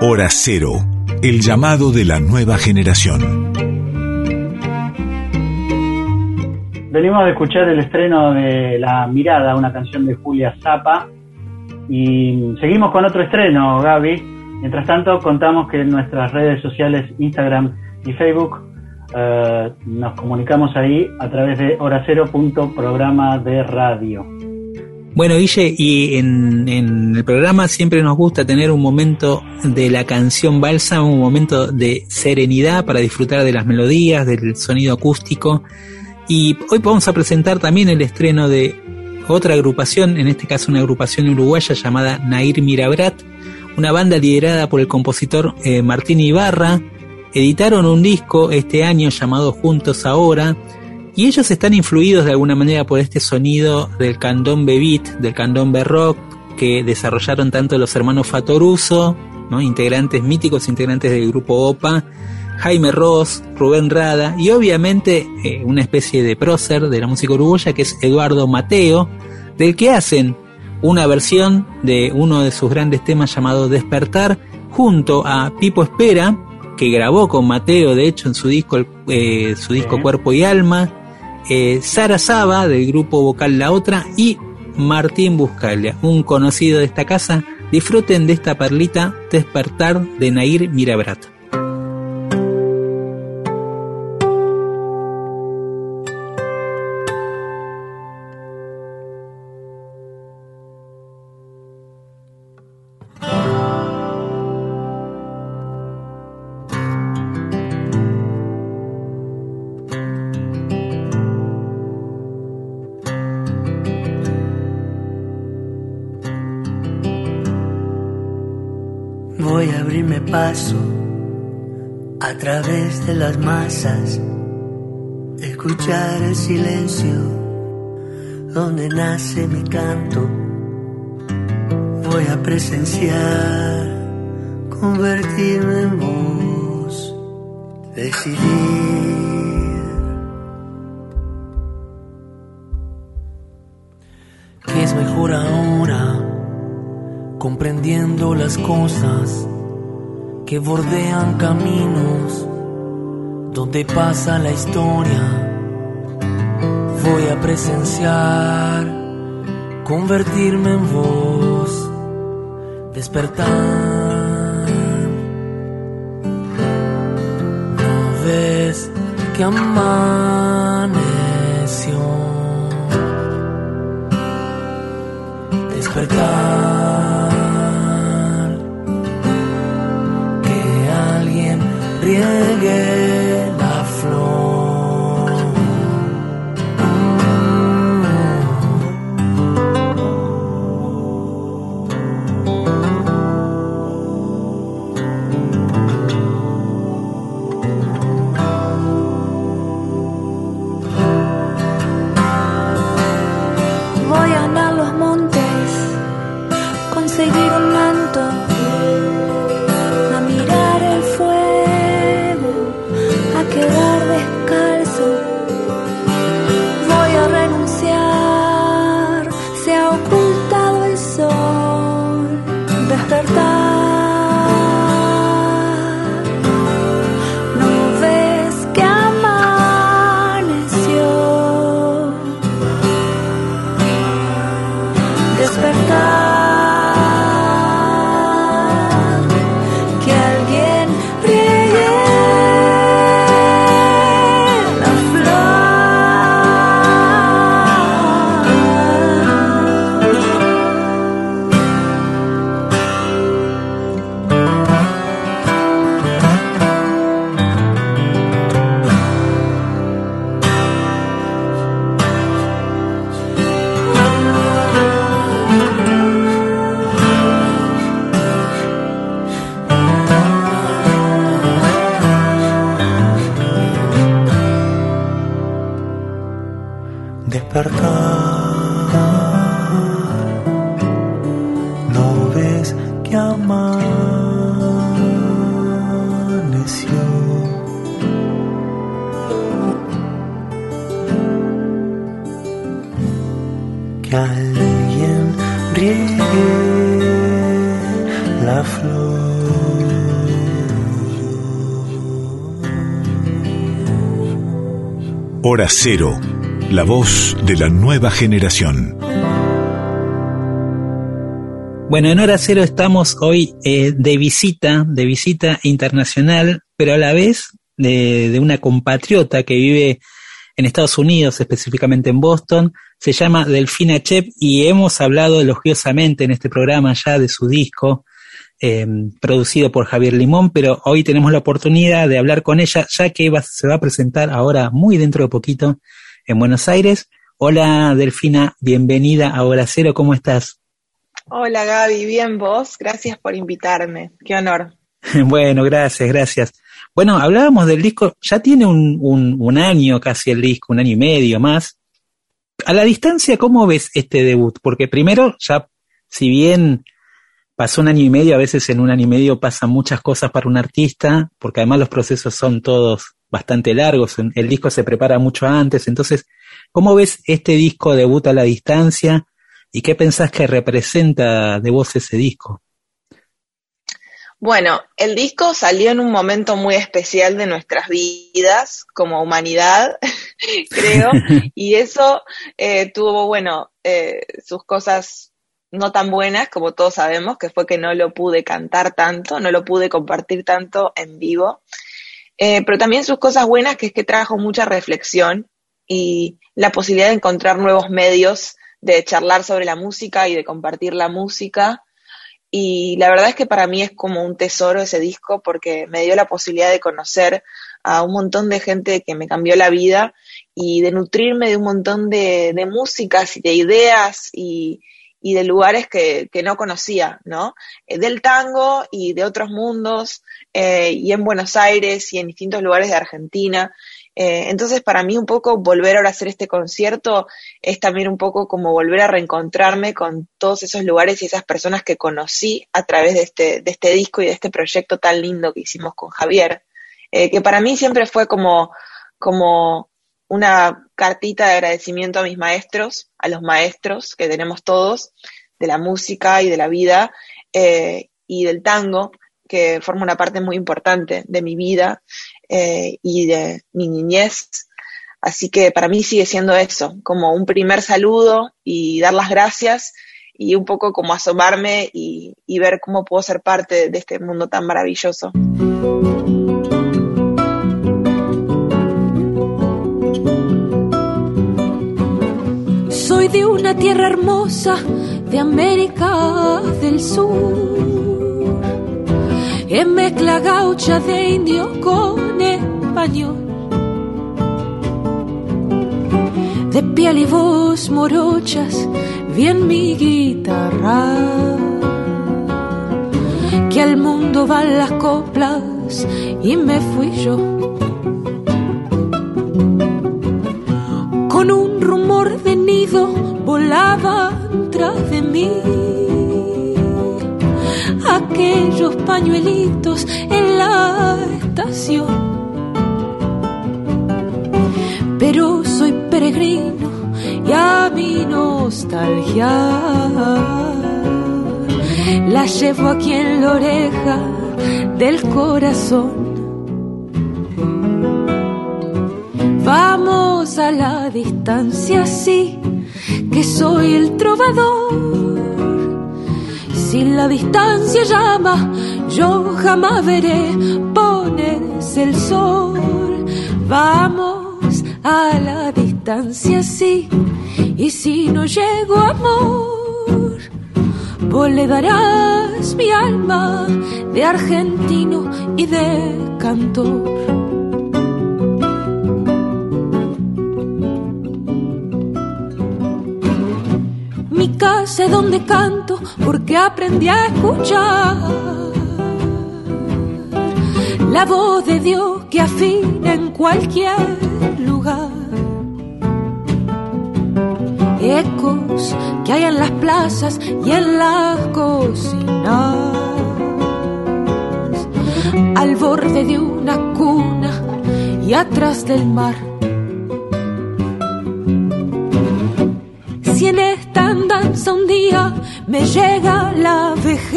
Hora Cero, el llamado de la nueva generación. Venimos a escuchar el estreno de La Mirada, una canción de Julia Zappa, y seguimos con otro estreno, Gaby. Mientras tanto, contamos que en nuestras redes sociales, Instagram y Facebook, nos comunicamos ahí a través de horacero.programa de radio. Bueno, Guille, y en el programa siempre nos gusta tener un momento de la canción bálsamo, un momento de serenidad para disfrutar de las melodías, del sonido acústico. Y hoy vamos a presentar también el estreno de otra agrupación, en este caso una agrupación uruguaya llamada Nair Mirabrat, una banda liderada por el compositor Martín Ibarra. Editaron un disco este año llamado Juntos Ahora, y ellos están influidos de alguna manera por este sonido del candombe beat, del candombe rock, que desarrollaron tanto los hermanos Fatoruso, ¿no? Míticos integrantes del grupo OPA, Jaime Ross, Rubén Rada, y obviamente una especie de prócer de la música uruguaya que es Eduardo Mateo, del que hacen una versión de uno de sus grandes temas llamado Despertar, junto a Pipo Espera, que grabó con Mateo, de hecho, en su disco Cuerpo y Alma, Sara Saba, del grupo vocal La Otra, y Martín Buscaglia, un conocido de esta casa. Disfruten de esta perlita, Despertar, de Nair Mirabrat. Voy a abrirme paso a través de las masas, escuchar el silencio donde nace mi canto. Voy a presenciar, convertirme en voz, decidir. ¿Qué es mejor ahora? Comprendiendo las cosas que bordean caminos donde pasa la historia. Voy a presenciar, convertirme en voz, despertar. ¿No ves que amaneció? Despertar. Riegue la flor. Voy a andar los montes, conseguir un manto, a mirar el fuego, a quedar descalzo. Voy a renunciar, se ha ocultado el sol, despertar. ¿No ves que amaneció? Despertar. ¿No ves que amaneció? Que alguien riegue la flor. Hora Cero, la voz de la nueva generación. Bueno, en Hora Cero estamos hoy de visita internacional, pero a la vez de una compatriota que vive en Estados Unidos, específicamente en Boston. Se llama Delfina Chepp y hemos hablado elogiosamente en este programa ya de su disco, producido por Javier Limón, pero hoy tenemos la oportunidad de hablar con ella, ya que se va a presentar ahora muy dentro de poquito en Buenos Aires. Hola Delfina, bienvenida a Hora Cero, ¿cómo estás? Hola Gaby, bien vos, gracias por invitarme, qué honor. Bueno, gracias. Bueno, hablábamos del disco, ya tiene un año casi el disco, un año y medio más. A la distancia, ¿cómo ves este debut? Porque primero, ya si bien pasó un año y medio, a veces en un año y medio pasan muchas cosas para un artista, porque además los procesos son todos bastante largos, el disco se prepara mucho antes. Entonces, ¿cómo ves este disco debut a la distancia? ¿Y qué pensás que representa de vos ese disco? Bueno, el disco salió en un momento muy especial de nuestras vidas como humanidad, creo, y eso tuvo, sus cosas no tan buenas, como todos sabemos, que fue que no lo pude cantar tanto, no lo pude compartir tanto en vivo, pero también sus cosas buenas, que es que trajo mucha reflexión y la posibilidad de encontrar nuevos medios de charlar sobre la música y de compartir la música. Y la verdad es que para mí es como un tesoro ese disco, porque me dio la posibilidad de conocer a un montón de gente que me cambió la vida y de nutrirme de un montón de músicas y de ideas y de lugares que no conocía, ¿no? Del tango y de otros mundos, y en Buenos Aires y en distintos lugares de Argentina. Entonces para mí un poco volver ahora a hacer este concierto es también un poco como volver a reencontrarme con todos esos lugares y esas personas que conocí a través de este disco y de este proyecto tan lindo que hicimos con Javier, que para mí siempre fue como una cartita de agradecimiento a mis maestros, a los maestros que tenemos todos, de la música y de la vida, y del tango, que forma una parte muy importante de mi vida y de mi niñez. Así que para mí sigue siendo eso, como un primer saludo y dar las gracias y un poco como asomarme y ver cómo puedo ser parte de este mundo tan maravilloso. Soy de una tierra hermosa de América del Sur, en mezcla gaucha de indio con español, de piel y voz morochas, bien mi guitarra, que al mundo van las coplas y me fui yo, con un rumor de nido volaban tras de mí aquellos pañuelitos en la estación. Pero soy peregrino y a mi nostalgia la llevo aquí en la oreja del corazón. Vamos a la distancia, sí, que soy el trovador. Si la distancia llama, yo jamás veré ponerse el sol. Vamos a la distancia, sí, y si no llego, amor, vos le darás mi alma de argentino y de cantor. Mi casa es donde canto porque aprendí a escuchar la voz de Dios que afina en cualquier lugar. Ecos que hay en las plazas y en las cocinas, al borde de una cuna y atrás del mar. Si en esta andanza un día me llega la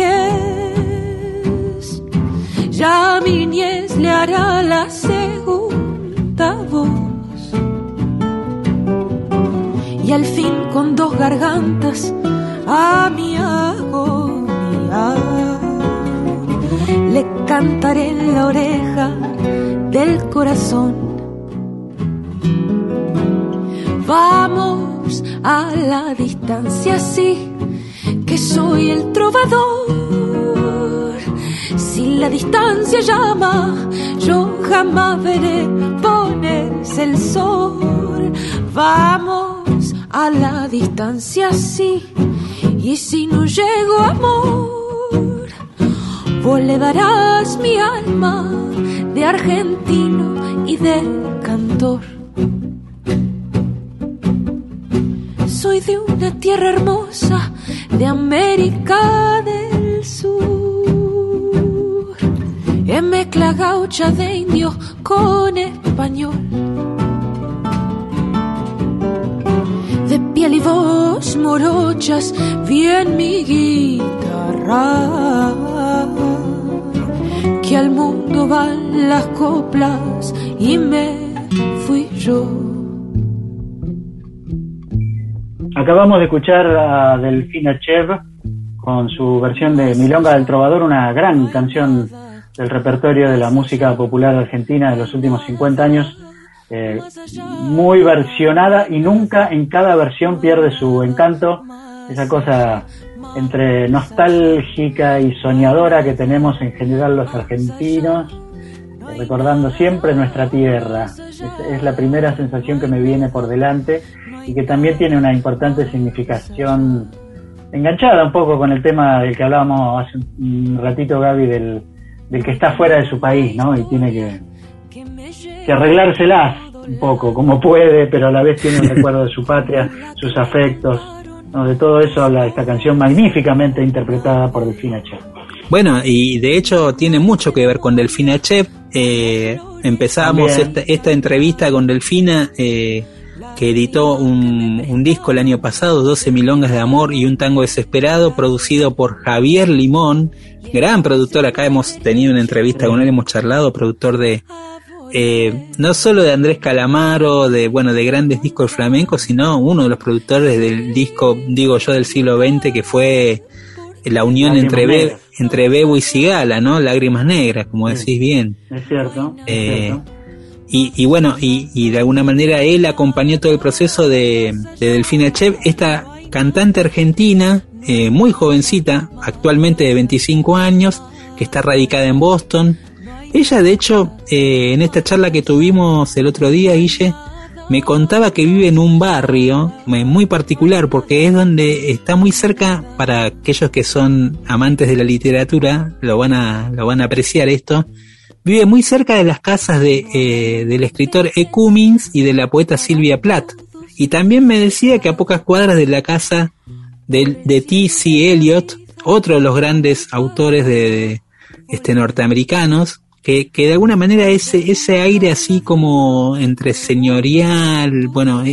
vejez, ya mi niñez le hará la segunda voz. al fin con dos gargantas a mi agonía le cantaré en la oreja del corazón. Vamos a la distancia, sí, que soy el trovador. Si la distancia llama, yo jamás veré ponerse el sol. Vamos a la distancia, sí, y si no llego, amor, vos le darás mi alma de argentino y de cantor. Soy de una tierra hermosa, de América del Sur, en mezcla gaucha de indios con español. De piel y voz morochas, bien mi guitarra, que al mundo van las coplas y me fui yo. Acabamos de escuchar a Delfina Chev con su versión de Milonga del Trovador, una gran canción del repertorio de la música popular argentina de los últimos 50 años, muy versionada y nunca en cada versión pierde su encanto, esa cosa entre nostálgica y soñadora que tenemos en general los argentinos, recordando siempre nuestra tierra. Es la primera sensación que me viene por delante y que también tiene una importante significación enganchada un poco con el tema del que hablábamos hace un ratito, Gaby, del que está fuera de su país, ¿no? Y tiene que arreglárselas un poco, como puede, pero a la vez tiene un recuerdo de su patria, sus afectos, ¿no? De todo eso habla esta canción magníficamente interpretada por Delfina Chev. Bueno, y de hecho tiene mucho que ver con Delfina Chev. Empezábamos esta entrevista con Delfina, que editó un disco el año pasado, 12 milongas de amor y un tango desesperado, producido por Javier Limón, gran productor. Acá hemos tenido una entrevista con él, hemos charlado, productor de no solo de Andrés Calamaro, de grandes discos flamencos, sino uno de los productores del disco, digo yo, del siglo XX, que fue la unión entre Bebo y Cigala, ¿no? Lágrimas Negras, como decís bien. Es cierto. Y bueno, y de alguna manera él acompañó todo el proceso de Delfina Chev, esta cantante argentina, muy jovencita, actualmente de 25 años, que está radicada en Boston. Ella, de hecho, en esta charla que tuvimos el otro día, Guille, me contaba que vive en un barrio muy particular, porque es donde está muy cerca, para aquellos que son amantes de la literatura, lo van a apreciar esto. Vive muy cerca de las casas del escritor E. Cummings y de la poeta Sylvia Plath. Y también me decía que a pocas cuadras de la casa de T.C. Eliot, otro de los grandes autores norteamericanos, que de alguna manera ese aire así como entre señorial,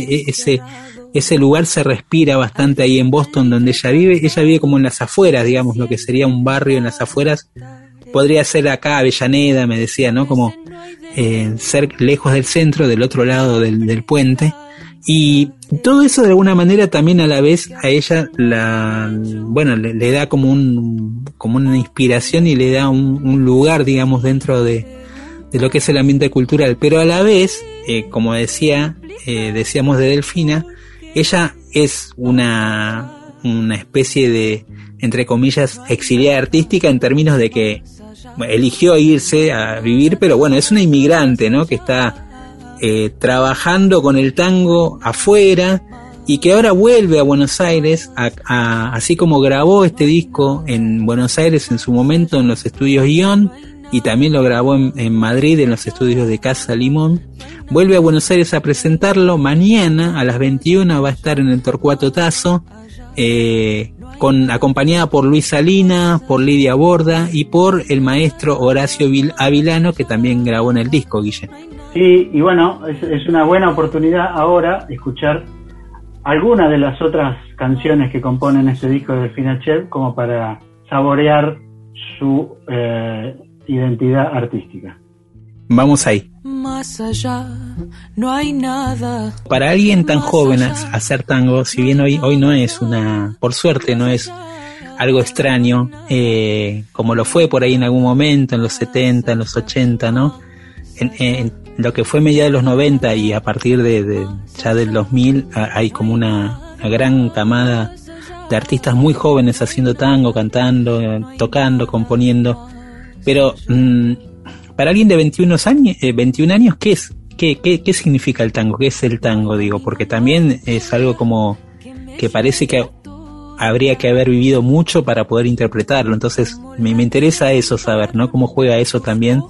ese lugar se respira bastante ahí en Boston donde ella vive. Ella vive como en las afueras, digamos, lo que sería un barrio en las afueras. Podría ser acá Avellaneda, me decía, ¿no? Como ser lejos del centro, del otro lado del puente. Y todo eso de alguna manera también a la vez a ella le da como una inspiración y le da un lugar, digamos, dentro de lo que es el ambiente cultural. Pero a la vez, como decíamos de Delfina, ella es una especie de, entre comillas, exiliada artística, en términos de que eligió irse a vivir, pero bueno, es una inmigrante, ¿no? Que está trabajando con el tango afuera y que ahora vuelve a Buenos Aires, así como grabó este disco en Buenos Aires en su momento en los estudios Guión, y también lo grabó en Madrid en los estudios de Casa Limón. Vuelve a Buenos Aires a presentarlo. Mañana a las 21 va a estar en el Torcuato Tazo, acompañada por Luis Salinas, por Lidia Borda y por el maestro Horacio Avilano, que también grabó en el disco, Guille. Sí, y bueno, es una buena oportunidad ahora escuchar algunas de las otras canciones que componen este disco de Delfina Chev, como para saborear su identidad artística. Vamos ahí. Más allá no hay nada. Para alguien tan joven hacer tango, si bien hoy no es por suerte no es algo extraño, como lo fue por ahí en algún momento, en los 70, en los 80, ¿no? En lo que fue media de los 90 y a partir de ya del 2000 hay como una gran camada de artistas muy jóvenes haciendo tango, cantando, tocando, componiendo. Pero para alguien de 21 años, ¿qué es? ¿Qué significa el tango? ¿Qué es el tango? Digo, porque también es algo como que parece que habría que haber vivido mucho para poder interpretarlo. Entonces me interesa eso, saber, ¿no? Cómo juega eso también.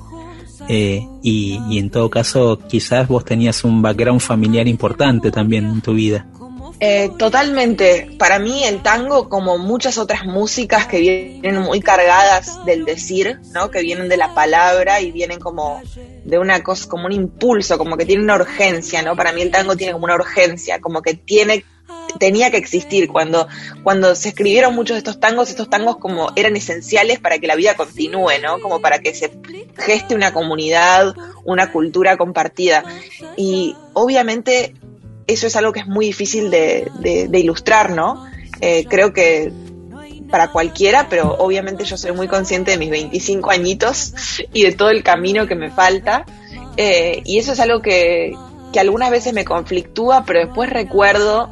Y en todo caso, quizás vos tenías un background familiar importante también en tu vida. Totalmente. Para mí el tango, como muchas otras músicas que vienen muy cargadas del decir, ¿no? Que vienen de la palabra y vienen como de una cosa, como un impulso, como que tiene una urgencia, ¿no? Para mí el tango tiene como una urgencia, como que tenía que existir. Cuando se escribieron muchos de estos tangos como eran esenciales para que la vida continúe, ¿no? Como para que se geste una comunidad, una cultura compartida. Y obviamente eso es algo que es muy difícil de ilustrar, ¿no? Creo que para cualquiera, pero obviamente yo soy muy consciente de mis 25 añitos y de todo el camino que me falta, y eso es algo que algunas veces me conflictúa, pero después recuerdo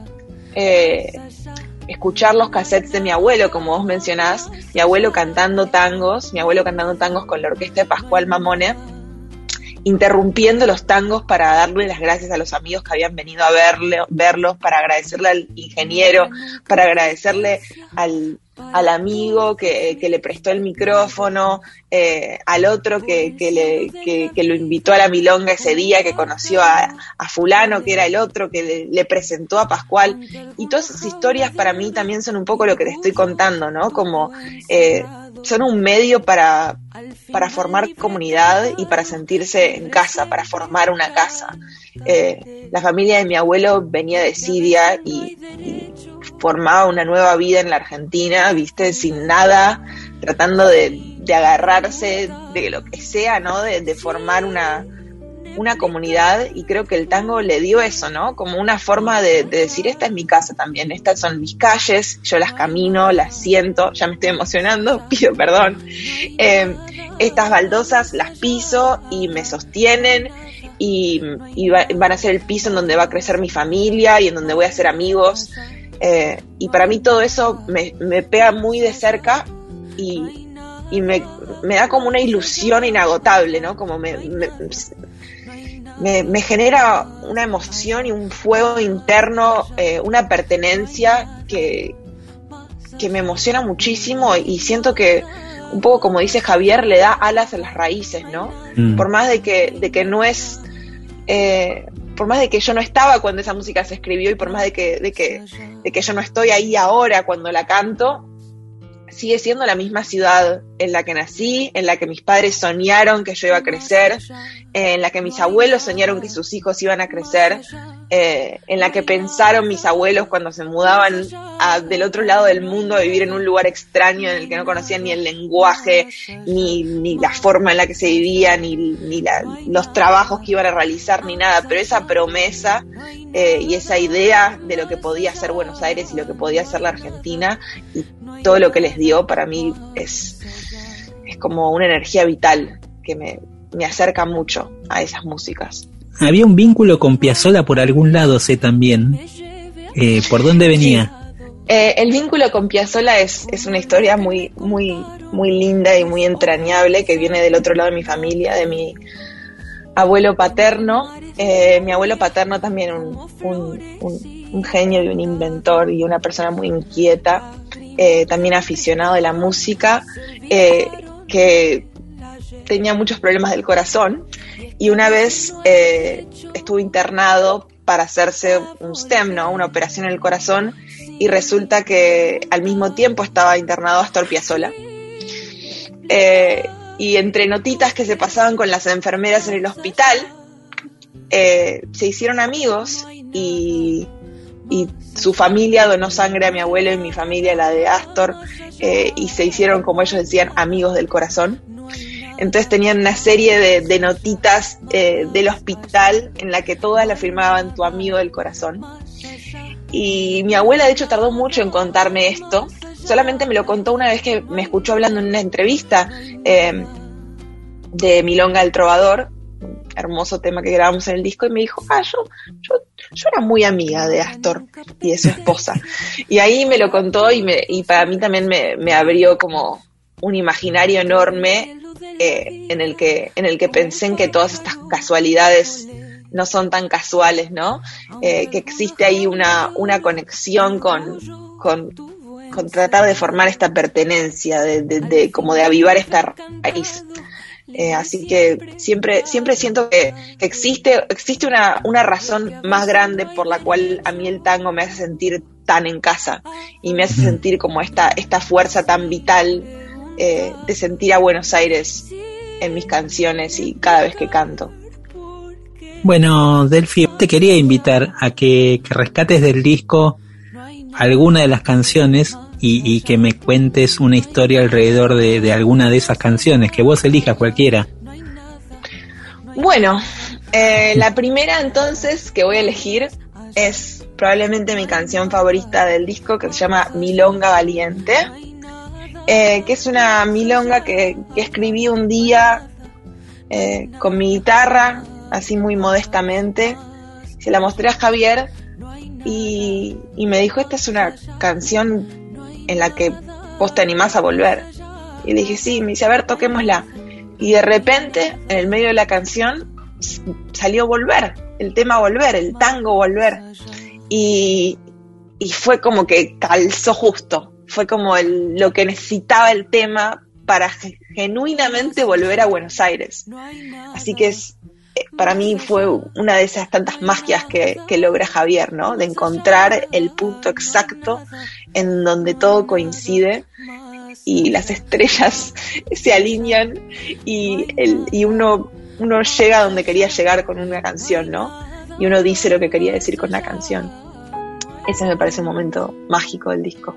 escuchar los cassettes de mi abuelo, como vos mencionás, mi abuelo cantando tangos con la orquesta de Pascual Mamone, interrumpiendo los tangos para darle las gracias a los amigos que habían venido a verlos, para agradecerle al ingeniero, para agradecerle al amigo que le prestó el micrófono, al otro que lo invitó a la milonga ese día, que conoció a fulano, que era el otro que le presentó a Pascual. Y todas esas historias para mí también son un poco lo que te estoy contando, ¿no? Como son un medio para formar comunidad y para sentirse en casa, para formar una casa. La familia de mi abuelo venía de Siria y formaba una nueva vida en la Argentina, viste, sin nada, tratando de agarrarse de lo que sea, ¿no? De formar una comunidad, y creo que el tango le dio eso, ¿no? Como una forma de decir, esta es mi casa también, estas son mis calles, yo las camino, las siento, ya me estoy emocionando, pido perdón. Estas baldosas las piso y me sostienen, y van a ser el piso en donde va a crecer mi familia y en donde voy a hacer amigos. Y para mí todo eso me pega muy de cerca y me da como una ilusión inagotable, ¿no? Como me genera una emoción y un fuego interno, una pertenencia que me emociona muchísimo, y siento que un poco como dice Javier, le da alas a las raíces, ¿no? Por más de que no es... por más de que yo no estaba cuando esa música se escribió, y por más de que yo no estoy ahí ahora cuando la canto, sigue siendo la misma ciudad en la que nací, en la que mis padres soñaron que yo iba a crecer, en la que mis abuelos soñaron que sus hijos iban a crecer, en la que pensaron mis abuelos cuando se mudaban del otro lado del mundo a vivir en un lugar extraño en el que no conocían ni el lenguaje, ni la forma en la que se vivía, ni los trabajos que iban a realizar, ni nada, pero esa promesa y esa idea de lo que podía ser Buenos Aires y lo que podía ser la Argentina, y todo lo que les dio, para mí es como una energía vital que me acerca mucho a esas músicas. Había un vínculo con Piazzolla por algún lado, sé también. ¿Por dónde venía? Sí. El vínculo con Piazzolla es una historia muy, muy, muy linda y muy entrañable, que viene del otro lado de mi familia, de mi abuelo paterno. Mi abuelo paterno también un genio y un inventor y una persona muy inquieta, también aficionado de la música, que tenía muchos problemas del corazón, y una vez estuvo internado para hacerse un stem, ¿no? Una operación en el corazón, y resulta que al mismo tiempo estaba internado Astor Piazzolla. Y entre notitas que se pasaban con las enfermeras en el hospital, se hicieron amigos, y su familia donó sangre a mi abuelo y mi familia la de Astor, y se hicieron, como ellos decían, amigos del corazón. Entonces tenían una serie de notitas del hospital en la que todas la firmaban tu amigo del corazón. Y mi abuela, de hecho, tardó mucho en contarme esto. Solamente me lo contó una vez que me escuchó hablando en una entrevista de Milonga el Trovador, un hermoso tema que grabamos en el disco, y me dijo, yo era muy amiga de Astor y de su esposa. Y ahí me lo contó y para mí también me abrió como un imaginario enorme en el que pensé en que todas estas casualidades no son tan casuales, ¿no? Que existe ahí una conexión con tratar de formar esta pertenencia, de como de avivar esta raíz. Así que siempre siento que existe una razón más grande por la cual a mí el tango me hace sentir tan en casa y me hace sentir como esta fuerza tan vital de sentir a Buenos Aires en mis canciones y cada vez que canto. Bueno, Delphi, te quería invitar a que rescates del disco alguna de las canciones y que me cuentes una historia alrededor de alguna de esas canciones, que vos elijas cualquiera. Bueno, la primera entonces que voy a elegir es probablemente mi canción favorita del disco, que se llama Milonga Valiente, que es una milonga que escribí un día con mi guitarra, así muy modestamente. Se la mostré a Javier y me dijo, esta es una canción en la que vos te animás a volver. Y le dije, sí. Me dice, a ver, toquémosla. Y de repente, en el medio de la canción, salió Volver, el tema Volver, el tango Volver. Y fue como que calzó justo. Fue como lo que necesitaba el tema para genuinamente volver a Buenos Aires. Así que para mí fue una de esas tantas magias que logra Javier, ¿no? De encontrar el punto exacto en donde todo coincide y las estrellas se alinean y uno llega a donde quería llegar con una canción, ¿no? Y uno dice lo que quería decir con la canción. Ese me parece un momento mágico del disco.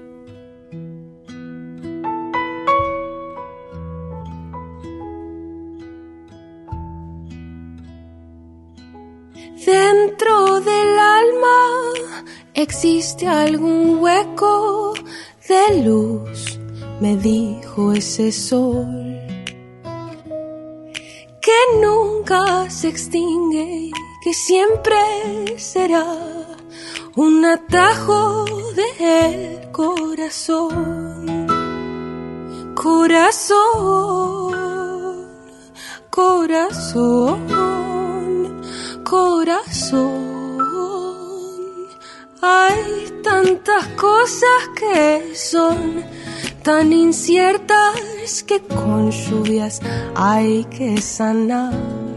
Dentro del alma existe algún hueco de luz, me dijo ese sol, que nunca se extingue, que siempre será un atajo del corazón. Corazón, corazón, corazón. Hay tantas cosas que son tan inciertas que con lluvias hay que sanar.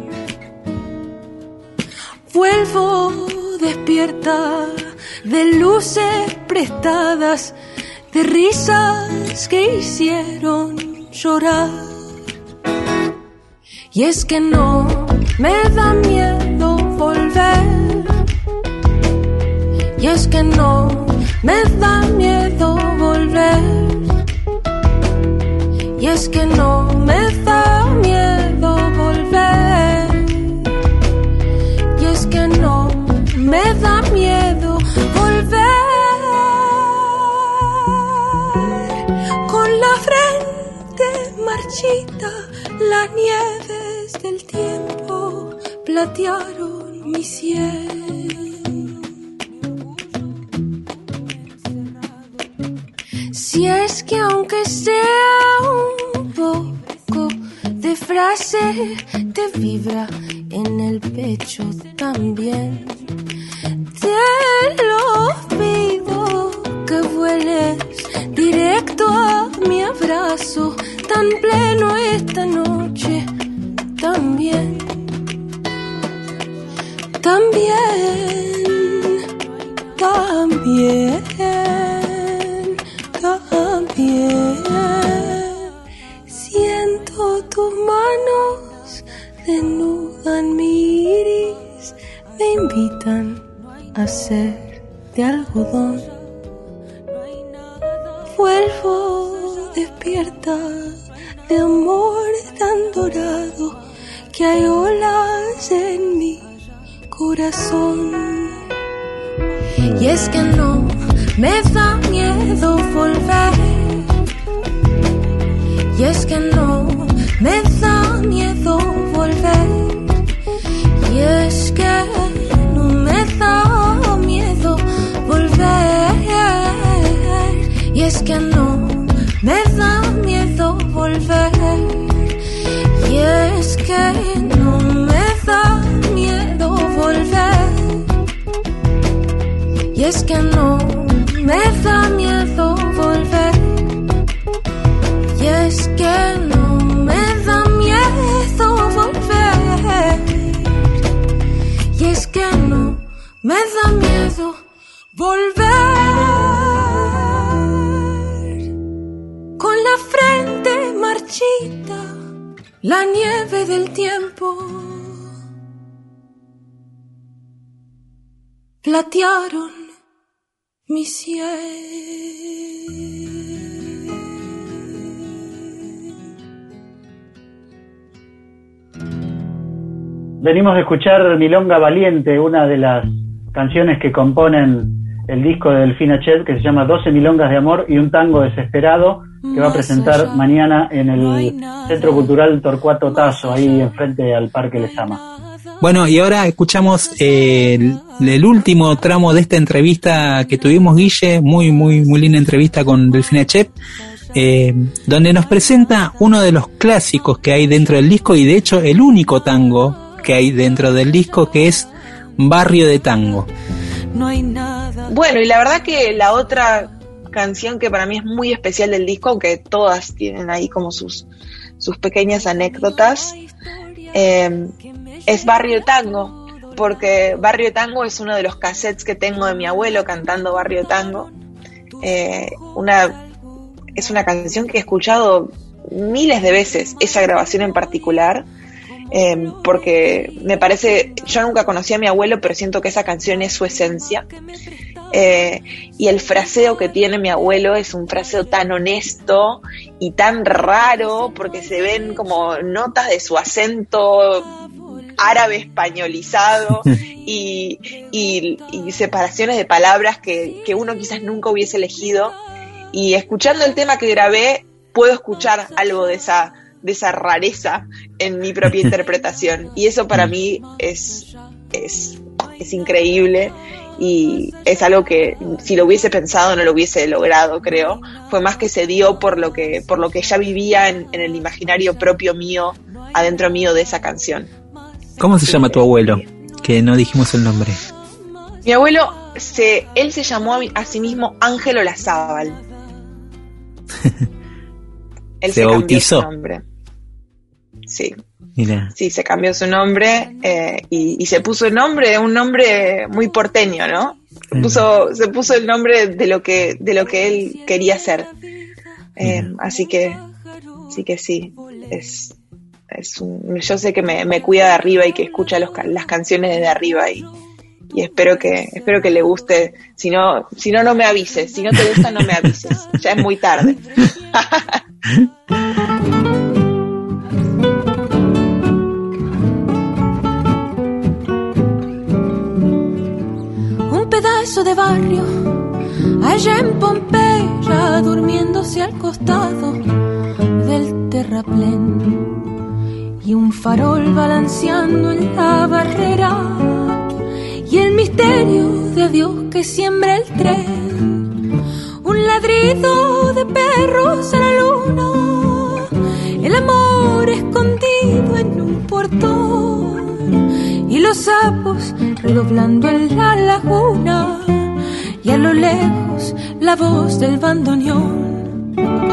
Vuelvo despierta de luces prestadas, de risas que hicieron llorar. Y es que no me da miedo volver, y es que no me da miedo volver, y es que no me da miedo volver, y es que no me da miedo volver. Con la frente marchita, las nieves del tiempo platearon mi sien. Si es que aunque sea un poco de frase te vibra en el pecho también, te lo pido que vueles directo a mi abrazo tan pleno esta noche también, también, también, también. Siento tus manos desnudan mi iris, me invitan a ser de algodón. Vuelvo despierta de amor tan dorado que hay olas en mi corazón. Y es que no me da miedo volver. Y es que no me da miedo volver. Y es que no me da miedo volver. Y es que no me da miedo volver. Y es que no me da miedo volver. Y es que no me da miedo volver. Y es que no me da miedo volver. Y es que no me da miedo volver. Con la frente marchita, la nieve del tiempo platearon mi cielo. Venimos de escuchar Milonga Valiente, una de las canciones que componen el disco de Delfina Chen, que se llama 12 milongas de amor y un tango desesperado, que va a presentar mañana en el Centro Cultural Torcuato Tasso, ahí enfrente al Parque Lezama. Bueno, y ahora escuchamos el último tramo de esta entrevista que tuvimos, Guille, muy linda entrevista con Delfina Chen, donde nos presenta uno de los clásicos que hay dentro del disco, y de hecho el único tango que hay dentro del disco, que es Barrio de Tango. No hay nada. Bueno, y la verdad que la otra canción que para mí es muy especial del disco, aunque todas tienen ahí como sus pequeñas anécdotas, es Barrio Tango, porque Barrio Tango es uno de los cassettes que tengo de mi abuelo cantando Barrio Tango. Es una canción que he escuchado miles de veces, esa grabación en particular, porque me parece, yo nunca conocí a mi abuelo, pero siento que esa canción es su esencia. Y el fraseo que tiene mi abuelo es un fraseo tan honesto y tan raro, porque se ven como notas de su acento árabe españolizado y separaciones de palabras que uno quizás nunca hubiese elegido, y escuchando el tema que grabé puedo escuchar algo de esa rareza en mi propia interpretación, y eso para mí es increíble. Y es algo que si lo hubiese pensado no lo hubiese logrado, creo. Fue más que se dio por lo que ya vivía en el imaginario propio mío, adentro mío de esa canción. ¿Cómo se llama tu abuelo? Que no dijimos el nombre. Mi abuelo, él se llamó a sí mismo Ángel Olazábal. Él se bautizó. Cambió su nombre. Sí. Mira. Sí, se cambió su nombre y se puso el nombre, un nombre muy porteño, ¿no? Se puso el nombre de lo que él quería ser. Así que sí, yo sé que me cuida de arriba y que escucha las canciones desde arriba y espero que le guste. Si no me avises. Si no te gusta, no me avises. Ya es muy tarde. Pedazo de barrio allá en Pompeya, durmiéndose al costado del terraplén, y un farol balanceando en la barrera, y el misterio de Dios que siembra el tren, un ladrido de perros a la luna, el amor escondido en un portón, y los sapos redoblando en la laguna, y a lo lejos la voz del bandoneón.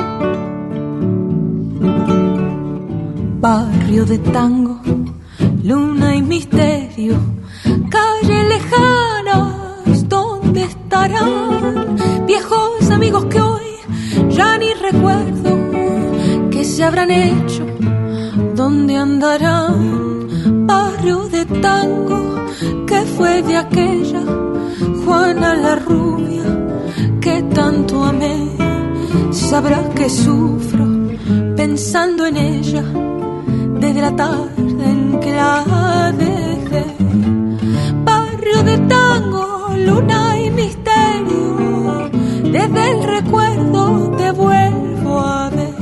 Barrio de tango, luna y misterio, calles lejanas, ¿dónde estarán? Viejos amigos que hoy ya ni recuerdo, ¿qué se habrán hecho? ¿Dónde andarán? Barrio de tango, que fue de aquella Juana la rubia que tanto amé. Sabrás que sufro pensando en ella desde la tarde en que la dejé. Barrio de tango, luna y misterio, desde el recuerdo te vuelvo a ver.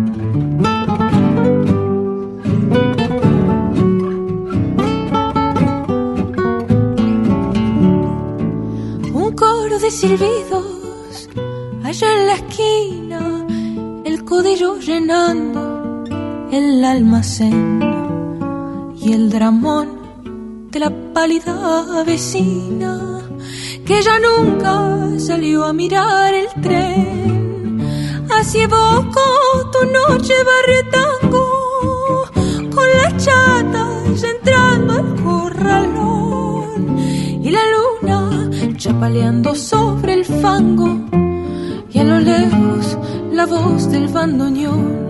Un coro de silbidos allá en la esquina, el codillo llenando el almacén y el dramón de la pálida vecina que ya nunca salió a mirar el tren. Así evocó tu noche barrio tango con las chatas entrando al corralón y la luna chapaleando sobre el fango y a lo lejos la voz del bandoneón.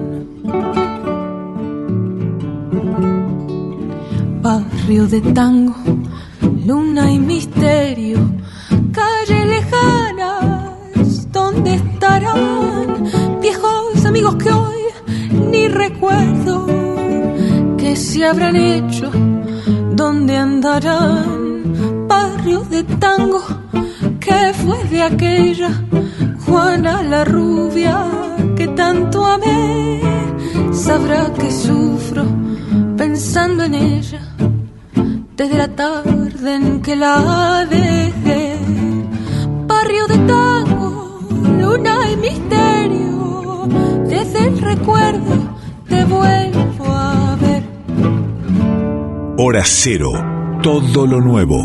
Barrio de tango, luna y misterio, calles lejanas, ¿dónde estarán? Viejos amigos que hoy ni recuerdo, que se habrán hecho, ¿dónde andarán? Barrio de tango, que fue de aquella Juana la rubia que tanto amé, sabrá que sufro pensando en ella desde la tarde en que la dejé. Barrio de tango, luna y misterio, desde el recuerdo te vuelvo a ver. Hora Cero, todo lo nuevo.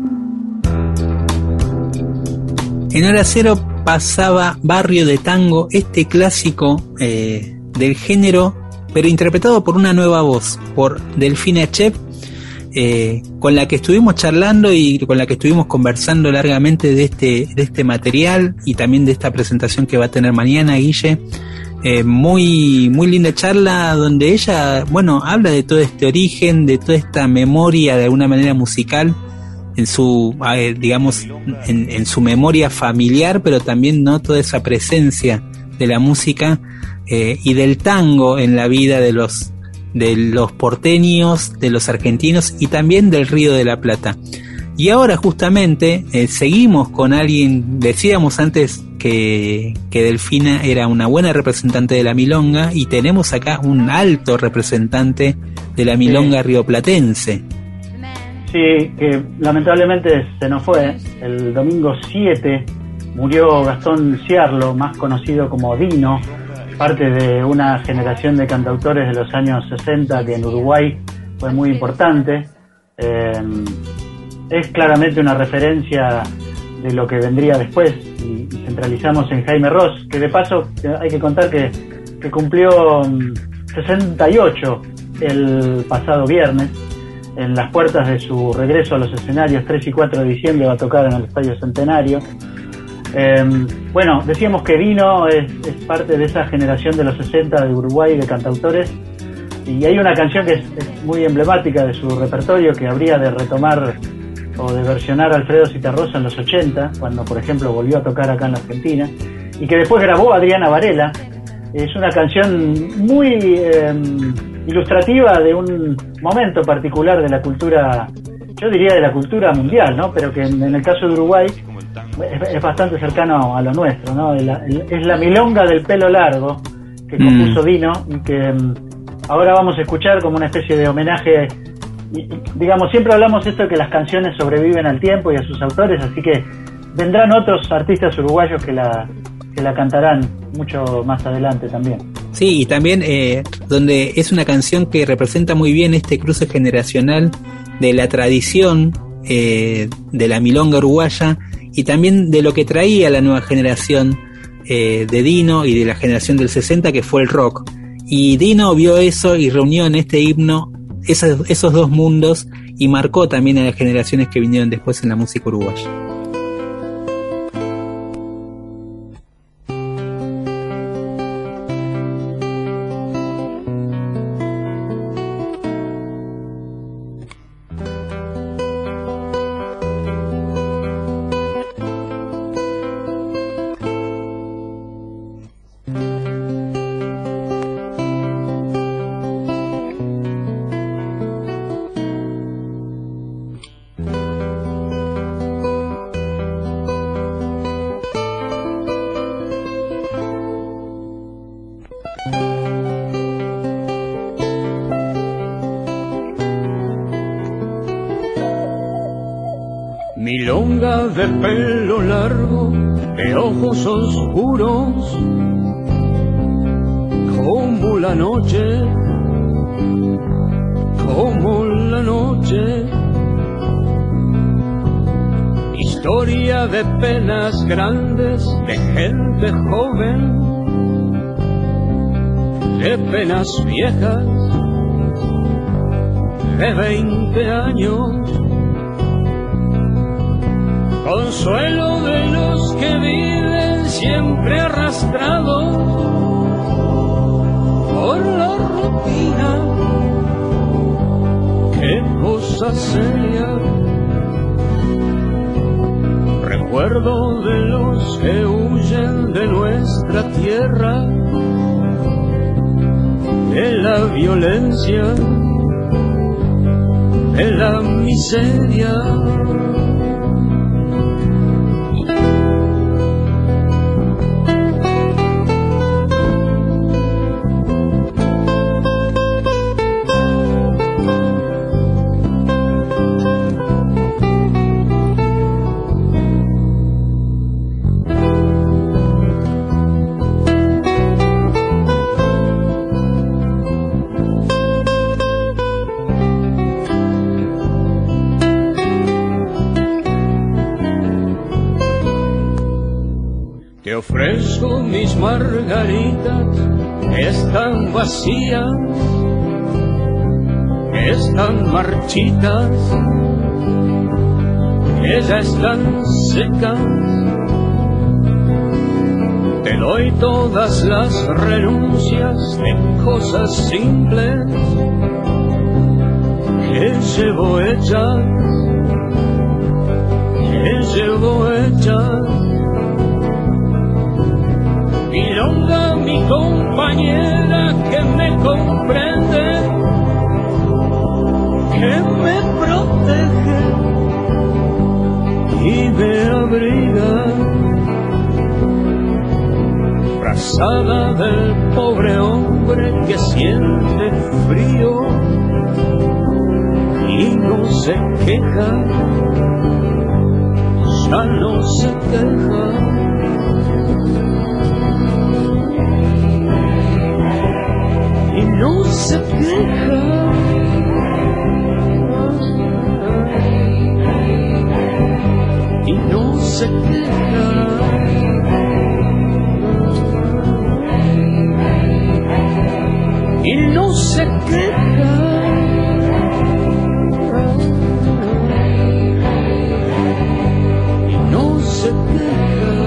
En Hora Cero pasaba Barrio de Tango, este clásico del género, pero interpretado por una nueva voz, por Delfina Chep, con la que estuvimos charlando y con la que estuvimos conversando largamente de este material y también de esta presentación que va a tener mañana, Guille. Muy, muy linda charla donde ella, bueno, habla de todo este origen, de toda esta memoria de alguna manera musical en su, digamos, en su memoria familiar, pero también no toda esa presencia de la música y del tango en la vida de los porteños, de los argentinos y también del Río de la Plata. Y ahora justamente seguimos con alguien, decíamos antes que Delfina era una buena representante de la milonga y tenemos acá un alto representante de la milonga rioplatense. Sí, que lamentablemente se nos fue. El domingo 7 murió Gastón Ciarlo, más conocido como Dino, parte de una generación de cantautores de los años 60 que en Uruguay fue muy importante. Es claramente una referencia de lo que vendría después y centralizamos en Jaime Ross, que de paso hay que contar que cumplió 68 el pasado viernes. En las puertas de su regreso a los escenarios, 3 y 4 de diciembre va a tocar en el Estadio Centenario. Bueno, decíamos que Dino es parte de esa generación de los 60 de Uruguay de cantautores, y hay una canción que es muy emblemática de su repertorio que habría de retomar o de versionar Alfredo Citarrosa en los 80, cuando por ejemplo volvió a tocar acá en la Argentina, y que después grabó Adriana Varela. Es una canción muy ilustrativa de un momento particular de la cultura, yo diría de la cultura mundial, ¿no? Pero que en el caso de Uruguay es bastante cercano a lo nuestro, ¿no? Es la milonga del pelo largo que compuso Dino y que ahora vamos a escuchar como una especie de homenaje. Y, digamos, siempre hablamos esto de que las canciones sobreviven al tiempo y a sus autores, así que vendrán otros artistas uruguayos que la cantarán mucho más adelante también. Sí, y también donde es una canción que representa muy bien este cruce generacional de la tradición de la milonga uruguaya y también de lo que traía la nueva generación de Dino y de la generación del 60, que fue el rock. Y Dino vio eso y reunió en este himno esos dos mundos y marcó también a las generaciones que vinieron después en la música uruguaya. de pelo largo, de ojos oscuros, como la noche, como la noche. Historia de penas grandes, de gente joven, de penas viejas, de 20 años. Consuelo de los que viven siempre arrastrados por la rutina. Qué cosa seria. Recuerdo de los que huyen de nuestra tierra, de la violencia, de la miseria. Te ofrezco mis margaritas, están vacías, están marchitas, que ya están secas. Te doy todas las renuncias de cosas simples que llevo hechas, que llevo hechas. Milonga, mi compañera que me comprende, que me protege y me abriga. Frazada del pobre hombre que siente frío y no se queja, ya no se queja. Y no se queja, y no se queja, y no se queja, y no se queja.